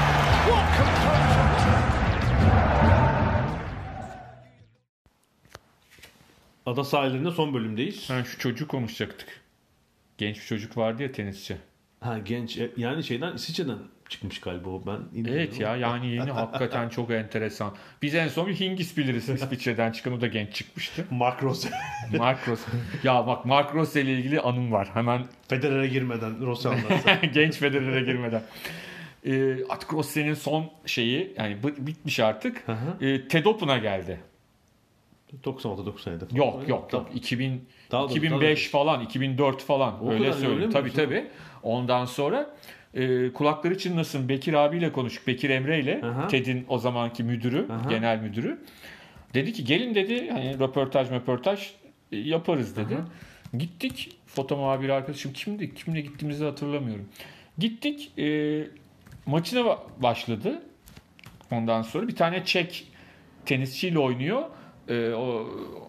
Ada sahillerinde son bölümdeyiz.
Şu çocuğu konuşacaktık. Genç bir çocuk vardı ya, tenisçi.
Genç yani İsviçre'den çıkmış galiba o.
Evet ya, yani yeni hakikaten çok enteresan. Biz en son bir Hingis biliriz İsviçre'den çıkan, o da genç çıkmıştı.
Mark Rose.
Ya bak, Mark Rose ile ilgili anım var. Hemen
Federer'e girmeden Rose anlatsa.
genç Federer'e girmeden. Artık Rose'nin son şeyi yani bitmiş artık. Ted Open'a geldi.
96 97 falan.
Yok. 2005 falan, 2004 falan,
o
öyle söyleyeyim. Tabii. Ondan sonra kulakları çınlasın, Bekir abiyle konuştuk. Bekir Emre ile, TED'in o zamanki müdürü, genel müdürü. Dedi ki gelin dedi, yani röportaj yaparız dedi. Gittik. Foto muhabiri arkadaşım kimle gittiğimizi hatırlamıyorum. Gittik, maçına başladı. Ondan sonra bir tane Çek tenisçiyle oynuyor. O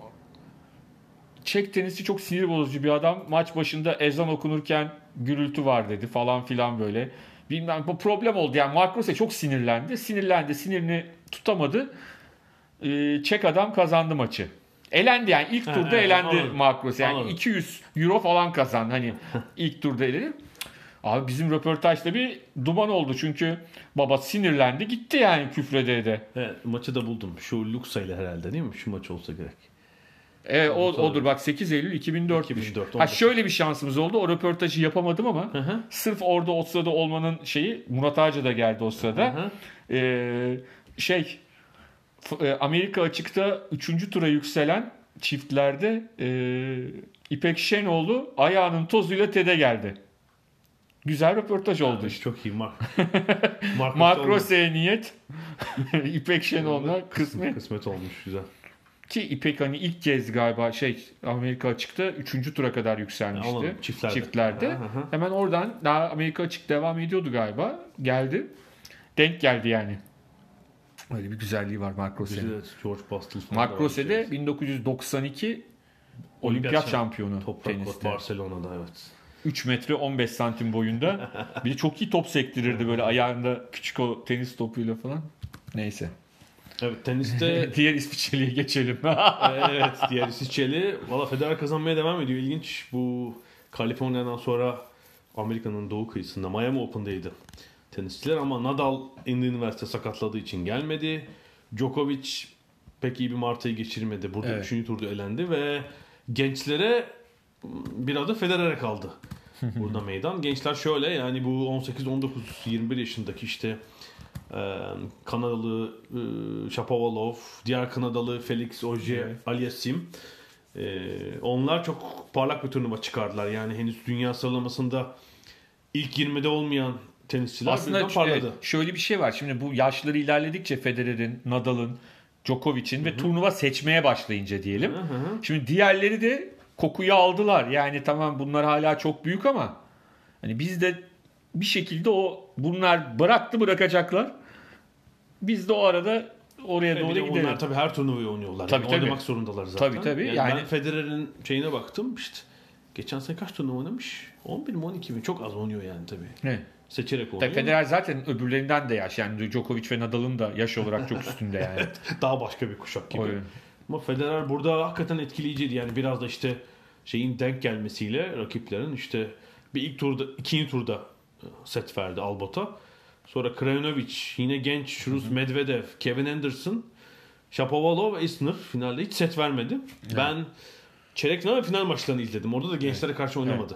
Çek tenisçi çok sinir bozucu bir adam. Maç başında ezan okunurken gürültü var dedi falan filan böyle. Bilmem, bu problem oldu. Yani Mark Rose çok sinirlendi. Sinirini tutamadı. Çek adam kazandı maçı. Elendi yani. İlk turda elendi anladım. Mark Rose. Yani anladım. 200 euro falan kazandı. Hani ilk turda elendi. Abi bizim röportajda bir duman oldu. Çünkü baba sinirlendi. Gitti yani küfrede de.
Evet, maçı da buldum. Şu Luxa ile herhalde değil mi? Şu maç olsa gerek.
Odur bak, 8 Eylül 2004. Şöyle bir şansımız oldu. O röportajı yapamadım ama sırf orada o sırada olmanın şeyi, Murat Ağaca da geldi o sırada. Amerika açıkta 3. tura yükselen çiftlerde İpek Şenoğlu ayağının tozuyla TED'e geldi. Güzel röportaj oldu işte.
Çok iyi
Mark Rose'ye niyet. İpek Şenoğlu'na
kısmet olmuş, güzel.
Ki İpek hani ilk kez galiba Amerika açıkta 3. tura kadar yükselmişti. Çiftlerde. Hemen oradan daha Amerika açık devam ediyordu galiba. Geldi. Denk geldi yani. Öyle bir güzelliği var Mark Rose'nin.
George Bastel falan.
Mark Rose de 1992 olimpiyat şampiyonu teniste.
Barcelona'da, evet.
3 metre 15 santim boyunda. Bir de çok iyi top sektirirdi böyle ayağında küçük o tenis topuyla falan. Neyse.
Evet, teniste
diğer İsviçreli'ye geçelim.
Evet, diğer İsviçreli. Valla Federer kazanmaya devam ediyor. İlginç. Bu Kaliforniya'dan sonra Amerika'nın doğu kıyısında Miami Open'daydı tenisçiler ama Nadal Indiana Üniversite sakatladığı için gelmedi. Djokovic pek iyi bir Mart ayı geçirmedi. Burada 3. turda elendi ve gençlere biraz da Federer'e kaldı. Burada meydan. Gençler şöyle, yani bu 18, 19, 21 yaşındaki işte Kanadalı Shapovalov, diğer Kanadalı Felix Auger-Aliassime, onlar çok parlak bir turnuva çıkardılar. Yani henüz dünya sıralamasında ilk 20'de olmayan tenisçiler
aslında
parladı.
Şöyle bir şey var. Şimdi bu yaşları ilerledikçe Federer'in, Nadal'ın, Djokovic'in ve turnuva seçmeye başlayınca diyelim. Şimdi diğerleri de kokuyu aldılar. Yani tamam, bunlar hala çok büyük ama hani biz de bir şekilde bunlar bırakacaklar. Biz de o arada oraya doğru gidelim.
Onlar tabii her turnuvayı oynuyorlar.
Tabii.
Oynamak zorundalar zaten.
Tabii.
Yani ben Federer'in şeyine baktım işte. Geçen sene kaç turnuva oynamış? 11 mi 12 mi? Çok az oynuyor yani tabii.
Ne?
Seçerek oynuyor.
Federer zaten öbürlerinden de yaş. Yani Djokovic ve Nadal'ın da yaş olarak çok üstünde yani.
Daha başka bir kuşak gibi. Ama Federer burada hakikaten etkileyiciydi. Yani biraz da işte şeyin denk gelmesiyle rakiplerin işte bir ikinci turda set verdi Albot'a. Sonra Krajinovic, yine genç Şuruz Medvedev, Kevin Anderson, Shapovalov ve Isner finalde hiç set vermedi. Ben çeyrek final ve final maçlarını izledim. Orada da gençlere karşı oynamadı.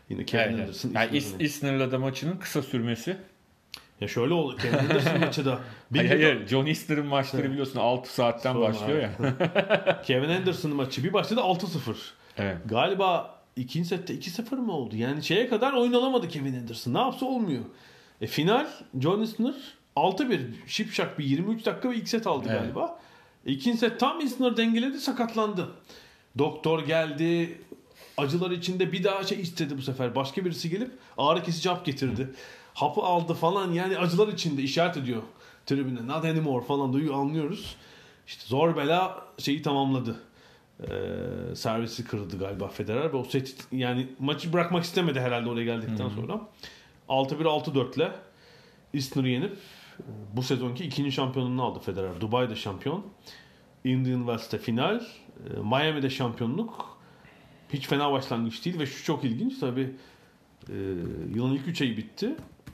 Yine Kevin Anderson.
Yani Isner'la da maçının kısa sürmesi.
Ya şöyle oldu. Kevin Anderson maçı da.
Hayır. John Isner'ın maçları biliyorsun 6 saatten sonra başlıyor ya.
Kevin Anderson'ın maçı bir başladı 6-0.
Evet.
Galiba ikinci sette 2-0 mı oldu? Yani şeye kadar oyun alamadı Kevin Anderson. Ne yapsa olmuyor. Final John Isner 6-1 şipşak bir 23 dakika ve ilk set aldı galiba. İkinci set tam Isner dengeledi, sakatlandı. Doktor geldi. Acılar içinde bir daha istedi bu sefer. Başka birisi gelip ağrı kesici hap getirdi. Hapı aldı falan, yani acılar içinde işaret ediyor tribüne. Not anymore falan duyuyor, anlıyoruz. İşte zor bela tamamladı. Servisi kırıldı galiba Federer ve o set, yani maçı bırakmak istemedi herhalde oraya geldikten sonra. 6-1 6-4 ile Isner'ı yenip bu sezonki ikinci şampiyonluğunu aldı Federer. Dubai'de şampiyon. Indian Wells'te final. Miami'de şampiyonluk. Hiç fena başlangıç değil ve şu çok ilginç tabii. Yılın ilk 3 ayı bitti.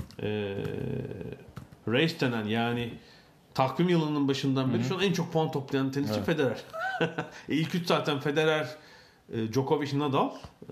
Race denen, yani takvim yılının başından beri şu an en çok puan toplayan tenisçi Federer. İlk 3 zaten Federer, Djokovic, Nadal.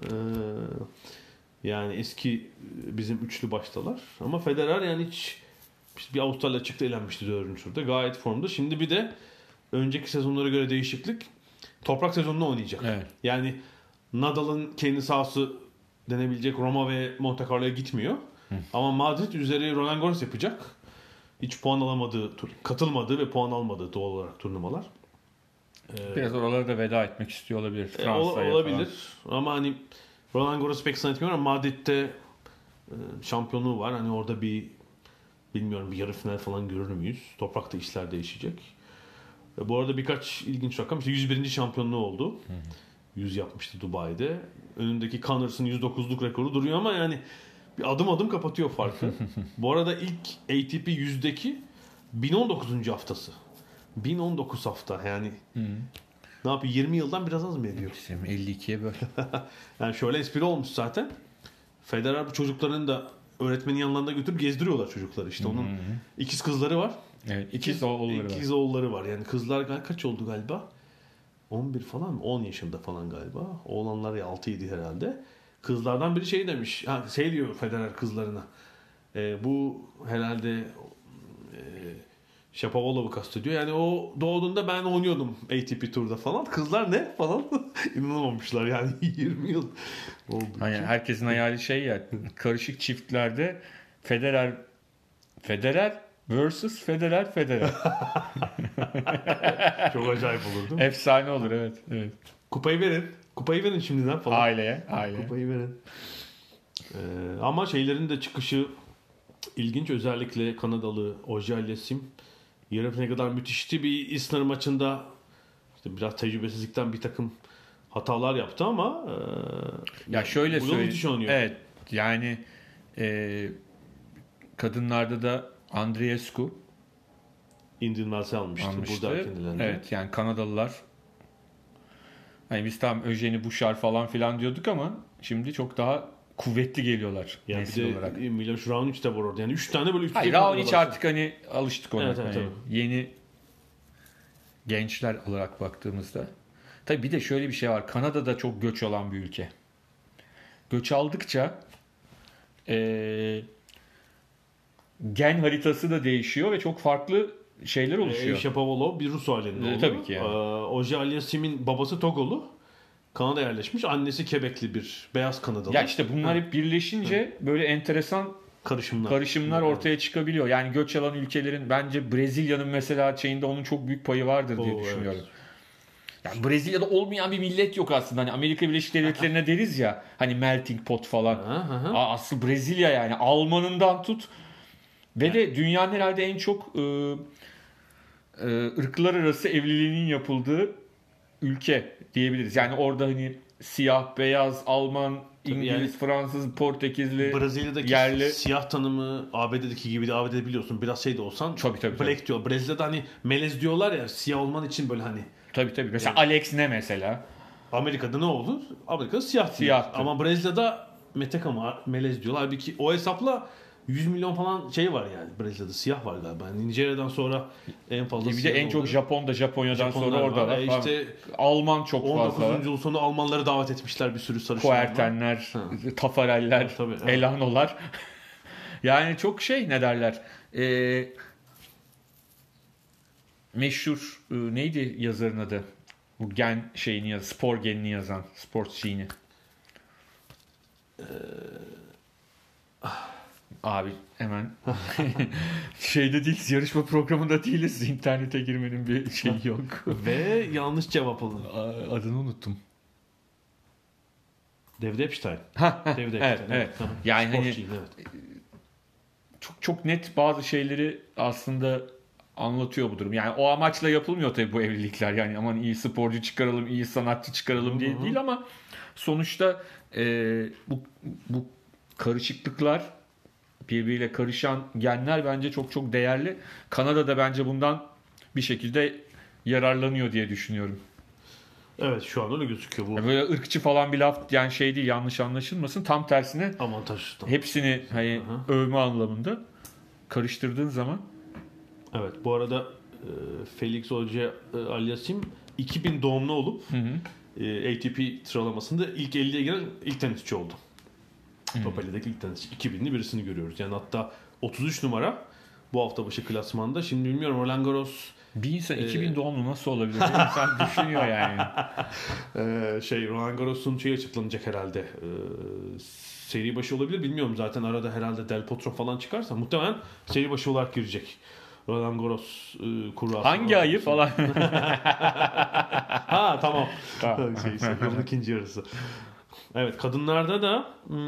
Yani eski bizim üçlü baştalar. Ama Federer yani hiç bir Avustralya çıktı, elenmişti 4. turda. Gayet formda. Şimdi bir de önceki sezonlara göre değişiklik. Toprak sezonunu oynayacak. Evet. Yani Nadal'ın kendi sahası denebilecek Roma ve Monte Carlo'ya gitmiyor. Ama Madrid üzeri Roland Garros yapacak. Hiç puan alamadığı, katılmadığı ve puan almadığı doğal olarak turnuvalar.
Biraz oralara da veda etmek istiyor olabilir.
Olabilir. Falan. Ama hani Roland Garros'u pek zannetmiyorum ama Madrid'de şampiyonluğu var. Hani orada bilmiyorum bir yarı final falan görür müyüz? Toprakta işler değişecek. Bu arada birkaç ilginç rakam. İşte 101. şampiyonluğu oldu. 100 yapmıştı Dubai'de. Önündeki Connors'ın 109'luk rekoru duruyor ama yani bir adım adım kapatıyor farkı. Bu arada ilk ATP 100'deki 1019. haftası. 1019 hafta yani. Ne yapıyor? 20 yıldan biraz az mı ediyor?
52'ye böyle.
Yani şöyle espri olmuş zaten. Federer bu çocuklarını da öğretmenin yanlarında götürüp gezdiriyorlar çocukları. İşte onun ikiz kızları var.
Evet, ikiz
oğulları var. Yani kızlar kaç oldu galiba? 11 falan mı? 10 yaşında falan galiba. Oğlanlar ya 6-7 herhalde. Kızlardan biri demiş. Diyor Federer kızlarına. Bu herhalde Shapovalov'u kastediyor. Yani o doğduğunda ben oynuyordum ATP Tur'da falan. Kızlar ne falan inanamamışlar yani 20 yıl oldu.
Hani herkesin hayali ya, karışık çiftlerde Federer versus Federer.
Çok acayip olur değil mi?
Efsane olur, evet.
Kupayı verin şimdiden falan.
Aileye.
Kupayı verin. Ama şeylerin de çıkışı ilginç. Özellikle Kanadalı Auger-Aliassime yarı ne kadar müthişti. Bir Isner maçında işte biraz tecrübesizlikten bir takım hatalar yaptı ama
ya şöyle
söyleyeyim.
Evet. Yani kadınlarda da Andreescu
Indian Wells'i almıştı. Burada
evet, yani Kanadalılar, hani biz tam Eugenie Bouchard falan filan diyorduk ama şimdi çok daha kuvvetli geliyorlar
yani
nesil olarak.
Miloš Raonic de var orada. Yani 3 tane böyle üst
üste. Raonic artık hani alıştık ona.
Evet.
Yeni gençler olarak baktığımızda. Tabii bir de şöyle bir şey var. Kanada'da çok göç alan bir ülke. Göç aldıkça gen haritası da değişiyor ve çok farklı şeyler oluşuyor.
Shapovalov bir Rus ailinde oldu.
Tabii ki yani.
Auger-Aliassime'in babası Togolu. Kanada'ya yerleşmiş. Annesi Quebec'li bir beyaz Kanadalı.
Ya işte bunlar hep birleşince böyle enteresan karışımlar ortaya çıkabiliyor. Yani göç alan ülkelerin, bence Brezilya'nın mesela onun çok büyük payı vardır diye düşünüyorum. Evet. Yani Brezilya'da olmayan bir millet yok aslında. Hani Amerika Birleşik Devletleri'ne deriz ya, hani melting pot falan. Asıl Brezilya yani Almanından tut ve de dünyanın herhalde en çok ırklar arası evliliğinin yapıldığı ülke diyebiliriz. Yani orada hani siyah, beyaz, Alman, İngiliz, yani, Fransız, Portekizli,
Brezilya'daki
yerli
siyah tanımı ABD'deki gibi de, ABD'de biliyorsun biraz de olsan
tabii.
Black diyor. Brezilya'da hani melez diyorlar ya, siyah olman için böyle hani.
Tabii. Mesela yani, Alex ne mesela?
Amerika'da ne olur? Amerika'da siyah. Ama Brezilya'da Meteka melez diyorlar. Halbuki o hesapla 100 milyon falan şey var yani Brezilya'da siyah var galiba. Yani Nijerya'dan sonra en fazla
bir de en çok Japonya'dan sonra orada var.
İşte
Alman çok fazla.
19. yıl sonu Almanları davet etmişler bir sürü sarışınlar.
Koertenler, Tafareller, Elanolar. Yani çok ne derler? Meşhur neydi yazarın adı? Bu gen şeyini spor genini yazan, spor şeyini. Abi hemen şeyde değiliz, yarışma programında değiliz. İnternete girmenin bir şeyi yok.
Ve yanlış cevap alın.
Adını unuttum.
David Epstein.
Evet. Yani hani çok net bazı şeyleri aslında anlatıyor bu durum. Yani o amaçla yapılmıyor tabii bu evlilikler. Yani aman iyi sporcu çıkaralım, iyi sanatçı çıkaralım diye değil ama sonuçta bu karışıklıklar, birbiriyle karışan genler bence çok çok değerli. Kanada da bence bundan bir şekilde yararlanıyor diye düşünüyorum.
Evet, şu anda öyle gözüküyor bu.
Yani böyle ırkçı falan bir laf yani şey değil, yanlış anlaşılmasın. Tam tersine
avantaj.
Hepsini övme anlamında karıştırdığın zaman.
Evet, bu arada Felix Auger-Aliassime 2000 doğumlu olup ATP sıralamasında ilk 50'ye giren ilk tenisçi oldu. Top 50'deki ilk tenisçi. 2000'li birisini görüyoruz. Yani hatta 33 numara bu hafta başı klasmanda. Şimdi bilmiyorum, Roland Garros
bir insan 2000 doğumlu nasıl olabilir? Bir insan düşünüyor yani.
Roland Garros'un açıklanacak herhalde. Seri başı olabilir. Bilmiyorum, zaten arada herhalde Del Potro falan çıkarsa muhtemelen seri başı olarak girecek. Roland Garros kurası.
Hangi ayı falan?
Tamam. Yılın ikinci yarısı. Evet, kadınlarda da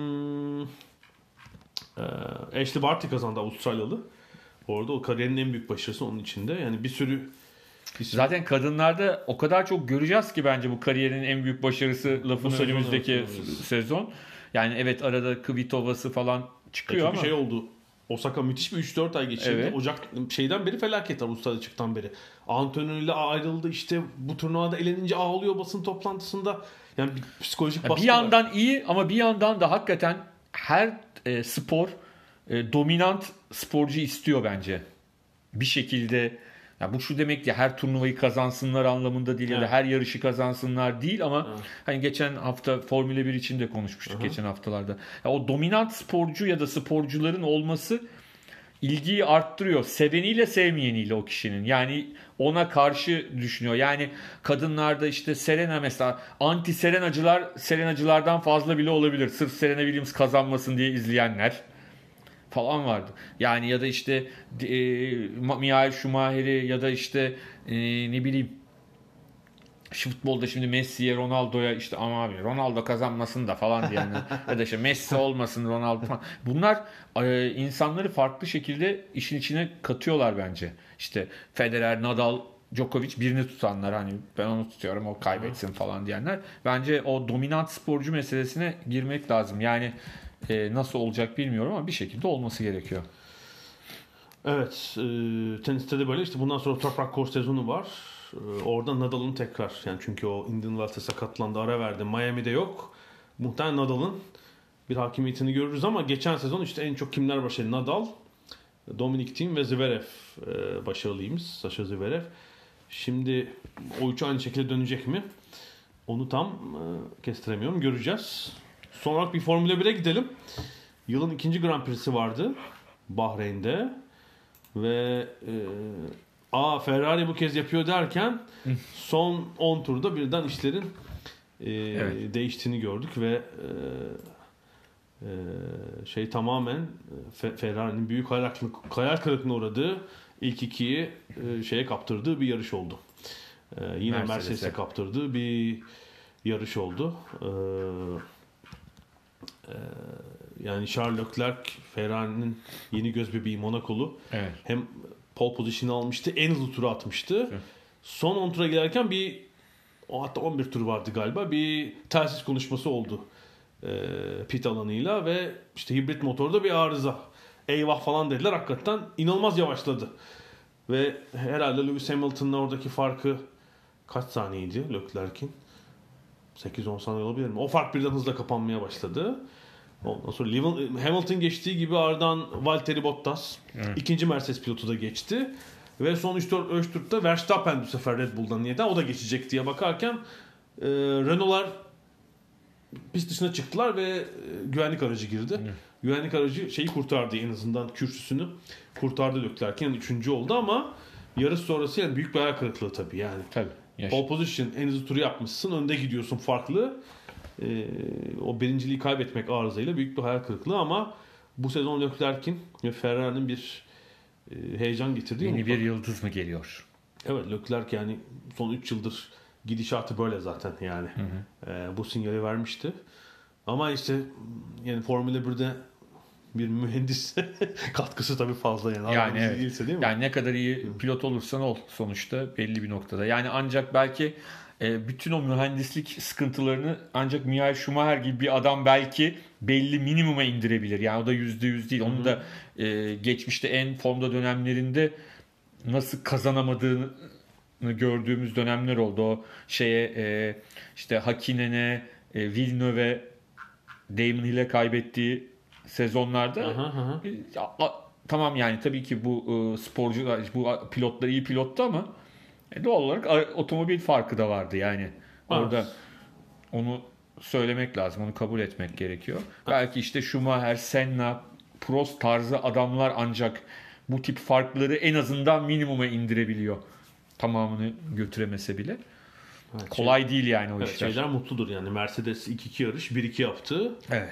Ashley Barty kazandı, Avustralyalı. Orada o kariyerin en büyük başarısı onun içinde. Yani bir sürü
zaten kadınlarda o kadar çok göreceğiz ki bence bu kariyerin en büyük başarısı lafını önümüzdeki sezon. Yani evet, arada Kvitova'sı falan çıkıyor ama.
Şey oldu. Osaka müthiş bir 3-4 ay geçirdi.
Evet.
Ocak şeyden beri felaket, Avustralya çıktıktan beri. Antonio ile ayrıldı, işte bu turnuvada elenince ağlıyor basın toplantısında. Yani bir psikolojik baskı
bir yandan iyi ama bir yandan da hakikaten her spor dominant sporcu istiyor bence. Bir şekilde, ya bu şu demek ya, her turnuvayı kazansınlar anlamında değil ya da her yarışı kazansınlar değil ama hani geçen hafta Formula 1 için de konuşmuştuk geçen haftalarda. Ya o dominant sporcu ya da sporcuların olması ilgiyi arttırıyor. Seveniyle sevmeyeniyle o kişinin. Yani ona karşı düşünüyor. Yani kadınlarda işte Serena mesela, anti Serenacılardan fazla bile olabilir. Sırf Serena Williams kazanmasın diye izleyenler falan vardı. Yani ya da işte Michael Schumacher'i ya da işte ne bileyim, şu futbolda şimdi Messi'ye, Ronaldo'ya işte ama abi Ronaldo kazanmasın da falan diyenler ya da işte Messi olmasın, Ronaldo falan. Bunlar insanları farklı şekilde işin içine katıyorlar bence. İşte Federer, Nadal, Djokovic, birini tutanlar, hani ben onu tutuyorum o kaybetsin falan diyenler. Bence o dominant sporcu meselesine girmek lazım. Yani nasıl olacak bilmiyorum ama bir şekilde olması gerekiyor.
Evet, teniste de böyle. İşte bundan sonra Toprak Court sezonu var. Orada Nadal'ın tekrar, yani çünkü o Indian Wells'e sakatlandı, ara verdi. Miami'de yok. Muhtemelen Nadal'ın bir hakimiyetini görürüz ama geçen sezon işte en çok kimler başarılı? Nadal, Dominic Thiem ve Zverev başarılıymış. Sasha Zverev. Şimdi o üçü aynı şekilde dönecek mi? Onu tam kestiremiyorum. Göreceğiz. Son olarak bir Formula 1'e gidelim. Yılın ikinci Grand Prix'si vardı Bahreyn'de. Ve Ferrari bu kez yapıyor derken son 10 turda birden işlerin değiştiğini gördük ve tamamen Ferrari'nin büyük hayal kırıklığına uğradığı, ilk ikiyi şeye kaptırdığı bir yarış oldu. Yine Mercedes'e kaptırdığı bir yarış oldu. Yani Charles Leclerc, Ferrari'nin yeni göz bebeği, Monakolu.
Evet.
Hem pole position'ı almıştı, en hızlı turu atmıştı. Evet. Son 10 tura giderken hatta 11 tur vardı galiba, bir telsiz konuşması oldu pit alanıyla ve işte hibrit motorda bir arıza. Eyvah falan dediler, hakikaten inanılmaz yavaşladı. Ve herhalde Lewis Hamilton'la oradaki farkı kaç saniyeydi Leclerc'in? 8-10 saniye olabilir mi? O fark birden hızla kapanmaya başladı. Ondan sonra Hamilton geçtiği gibi ardından Valtteri Bottas ikinci Mercedes pilotu da geçti. Ve son 3 turda Verstappen bu sefer Red Bull'dan niyeden o da geçecek diye bakarken Renault'lar pist dışına çıktılar ve güvenlik aracı girdi. Güvenlik aracı şeyi kurtardı, en azından kürsüsünü kurtardı Leclerc. Yani 3. oldu ama yarış sonrası yani büyük bir hayal kırıklığı tabii yani.
Tabii.
Pole position, en hızlı turu yapmışsın, önde gidiyorsun farklı. O birinciliği kaybetmek arızayla büyük bir hayal kırıklığı ama bu sezon Leclerc'in ve Ferrari'nin bir heyecan getirdiği
yeni bir yıldız mı geliyor?
Evet, Leclerc yani son 3 yıldır gidişatı böyle zaten yani. Bu sinyali vermişti. Ama işte yani Formula 1'de bir mühendis katkısı tabii fazla yani.
Yani evet.
Değilse, değil mi?
Yani ne kadar iyi pilot olursan ol sonuçta belli bir noktada. Yani ancak belki bütün o mühendislik sıkıntılarını ancak Michael Schumacher gibi bir adam belki belli minimuma indirebilir. Yani o da %100 değil. Onun da geçmişte en formda dönemlerinde nasıl kazanamadığını gördüğümüz dönemler oldu. O işte Hakinen'e, Villeneuve'e, Damon Hill'e kaybettiği sezonlarda tamam yani tabii ki bu sporcular, bu pilotlar iyi pilottu ama doğal olarak otomobil farkı da vardı yani. Orada onu söylemek lazım. Onu kabul etmek gerekiyor. Belki işte Schumacher, Senna, Prost tarzı adamlar ancak bu tip farkları en azından minimuma indirebiliyor. Tamamını götüremese bile. Evet, kolay değil yani o işler.
Şeyler mutludur yani. Mercedes 2 yarış 1-2 yaptı.
Evet.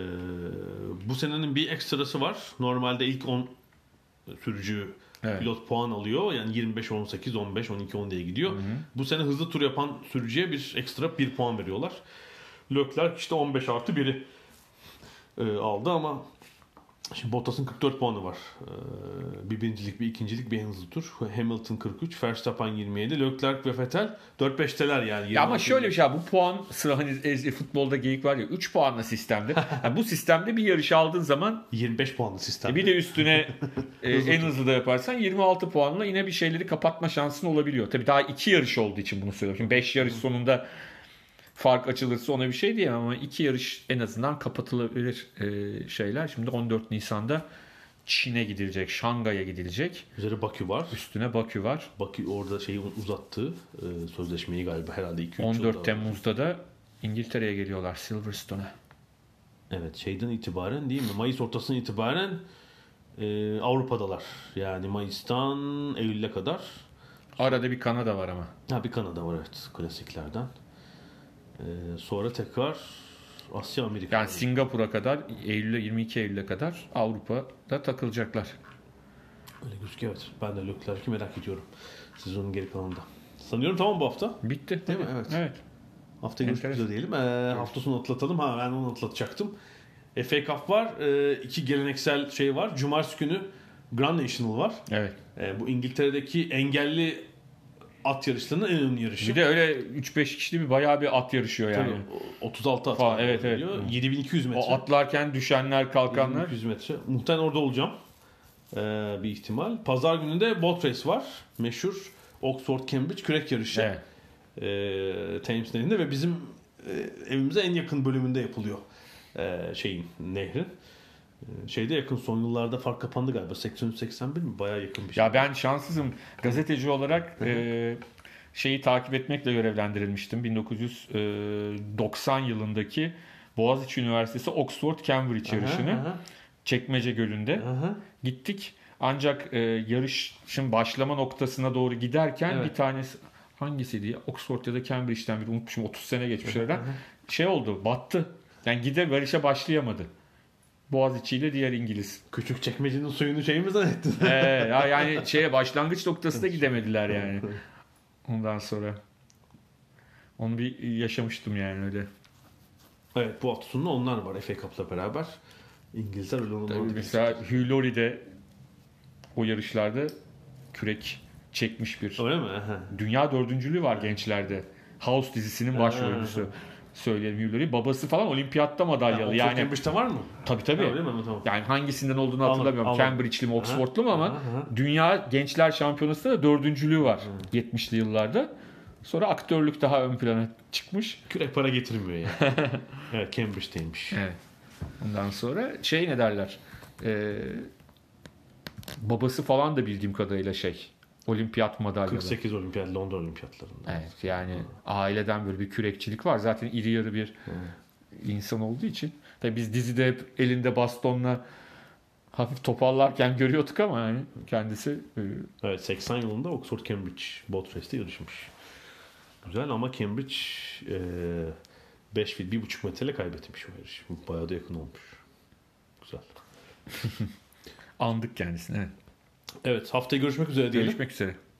Bu senenin bir ekstrası var. Normalde ilk 10 sürücü pilot puan alıyor. Yani 25, 18, 15, 12, 10 diye gidiyor. Bu sene hızlı tur yapan sürücüye bir ekstra 1 puan veriyorlar. Leclerc işte 15 artı 1'i aldı ama şimdi Bottas'ın 44 puanı var. Bir birincilik, bir ikincilik, bir en hızlı tur. Hamilton 43, Verstappen 27, Leclerc ve Vettel 4-5'teler yani.
Ya ama şöyle bir şey, bu puan sıra hani futbolda geyik var ya, 3 puanlı sistemde. Yani bu sistemde bir yarış aldığın zaman
25 puanlı sistem.
Bir de üstüne en hızlı da yaparsan 26 puanla yine bir şeyleri kapatma şansın olabiliyor. Tabii daha 2 yarış olduğu için bunu söylüyorum. Şimdi 5 yarış sonunda fark açılırsa ona bir şey diyemem ama 2 yarış en azından kapatılabilir şeyler. Şimdi 14 Nisan'da Çin'e gidilecek, Şangay'a gidilecek.
Üzeri Bakü var.
Üstüne Bakü var.
Bakü orada şeyi uzattı, sözleşmeyi galiba herhalde 2-3
14 Temmuz'da da İngiltere'ye geliyorlar, Silverstone'a.
Evet, şeyden itibaren değil mi? Mayıs ortasından itibaren Avrupa'dalar. Yani Mayıs'tan Eylül'e kadar.
Arada bir Kanada var ama.
Bir Kanada var evet, klasiklerden. Sonra tekrar Asya, Amerika.
Yani Singapur'a kadar, 22 Eylül'e kadar Avrupa'da takılacaklar.
Öyle gözüküyor evet. Ben de Leclerc'i merak ediyorum sezonun geri kalanında. Sanıyorum tamam bu hafta.
Bitti.
Değil mi? Evet. Hafta görüşmek üzere diyelim. Hafta sonu atlatalım. Ben onu atlatacaktım. FA Cup var. 2 geleneksel şey var. Cumartesi günü Grand National var.
Evet.
Bu İngiltere'deki engelli at yarışlarının en önemli yarışı.
Bir de öyle 3-5 kişili bir bayağı bir at yarışıyor yani.
Tabii, 36 at
var. Evet.
7200 metre.
O atlarken düşenler, kalkanlar.
7200 metre. Muhtemelen orada olacağım. Bir ihtimal. Pazar günü de boat race var. Meşhur Oxford Cambridge kürek yarışı.
Evet.
Thames Nehri'nde ve bizim evimize en yakın bölümünde yapılıyor. Nehrin. Şeyde yakın, son yıllarda fark kapandı galiba. 83-81 mi? Bayağı yakın bir şey.
Ya ben şanssızım. Gazeteci olarak şeyi takip etmekle görevlendirilmiştim. 1990 yılındaki Boğaziçi Üniversitesi Oxford Cambridge yarışını Çekmece Gölü'nde gittik. Ancak yarışın başlama noktasına doğru giderken bir tanesi hangisiydi ya? Oxford ya da Cambridge'den biri, unutmuşum, 30 sene geçmiş aradan. Şey oldu, battı. Yani yarışa başlayamadı. Boğaziçi ile diğer İngiliz.
Küçük çekmecenin suyunu şey mi zannettin?
Yani başlangıç noktasına gidemediler yani. Ondan sonra onu bir yaşamıştım yani öyle.
Evet, bu hafta sonunda onlar var FA Cup'la beraber. İngilizler öyle onu.
Mesela Hugh Laurie de o yarışlarda kürek çekmiş bir.
Öyle mi?
Dünya dördüncülüğü var gençlerde. House dizisinin başrolcüsü. Söyleyelim Hugh Laurie. Babası falan olimpiyatta madalyalı. Yani
Cambridge'de var mı?
Tabii.
Tamam.
Yani hangisinden olduğunu hatırlamıyorum.
Anladım.
Cambridge'li mi, Oxford'lu mu ama Dünya Gençler Şampiyonası'nda da dördüncülüğü var 70'li yıllarda. Sonra aktörlük daha ön plana çıkmış.
Kürek para getirmiyor yani. Evet, Cambridge'deymiş.
Evet. Ondan sonra ne derler? Babası falan da bildiğim kadarıyla olimpiyat madalyalı.
48 olimpiyat, Londra olimpiyatlarında.
Evet, yani aileden böyle bir kürekçilik var. Zaten iri yarı bir insan olduğu için. Tabii biz dizide hep elinde bastonla hafif topallarken görüyorduk ama yani kendisi...
Evet, 80 yılında Oxford Cambridge Boat Race'te yarışmış. Güzel ama Cambridge 5 fil 1,5 metre kaybetmiş o yarış. Bayağı da yakın olmuş. Güzel.
Andık kendisini. Evet.
Evet, haftaya görüşmek üzere diyelim.
Görüşmek üzere.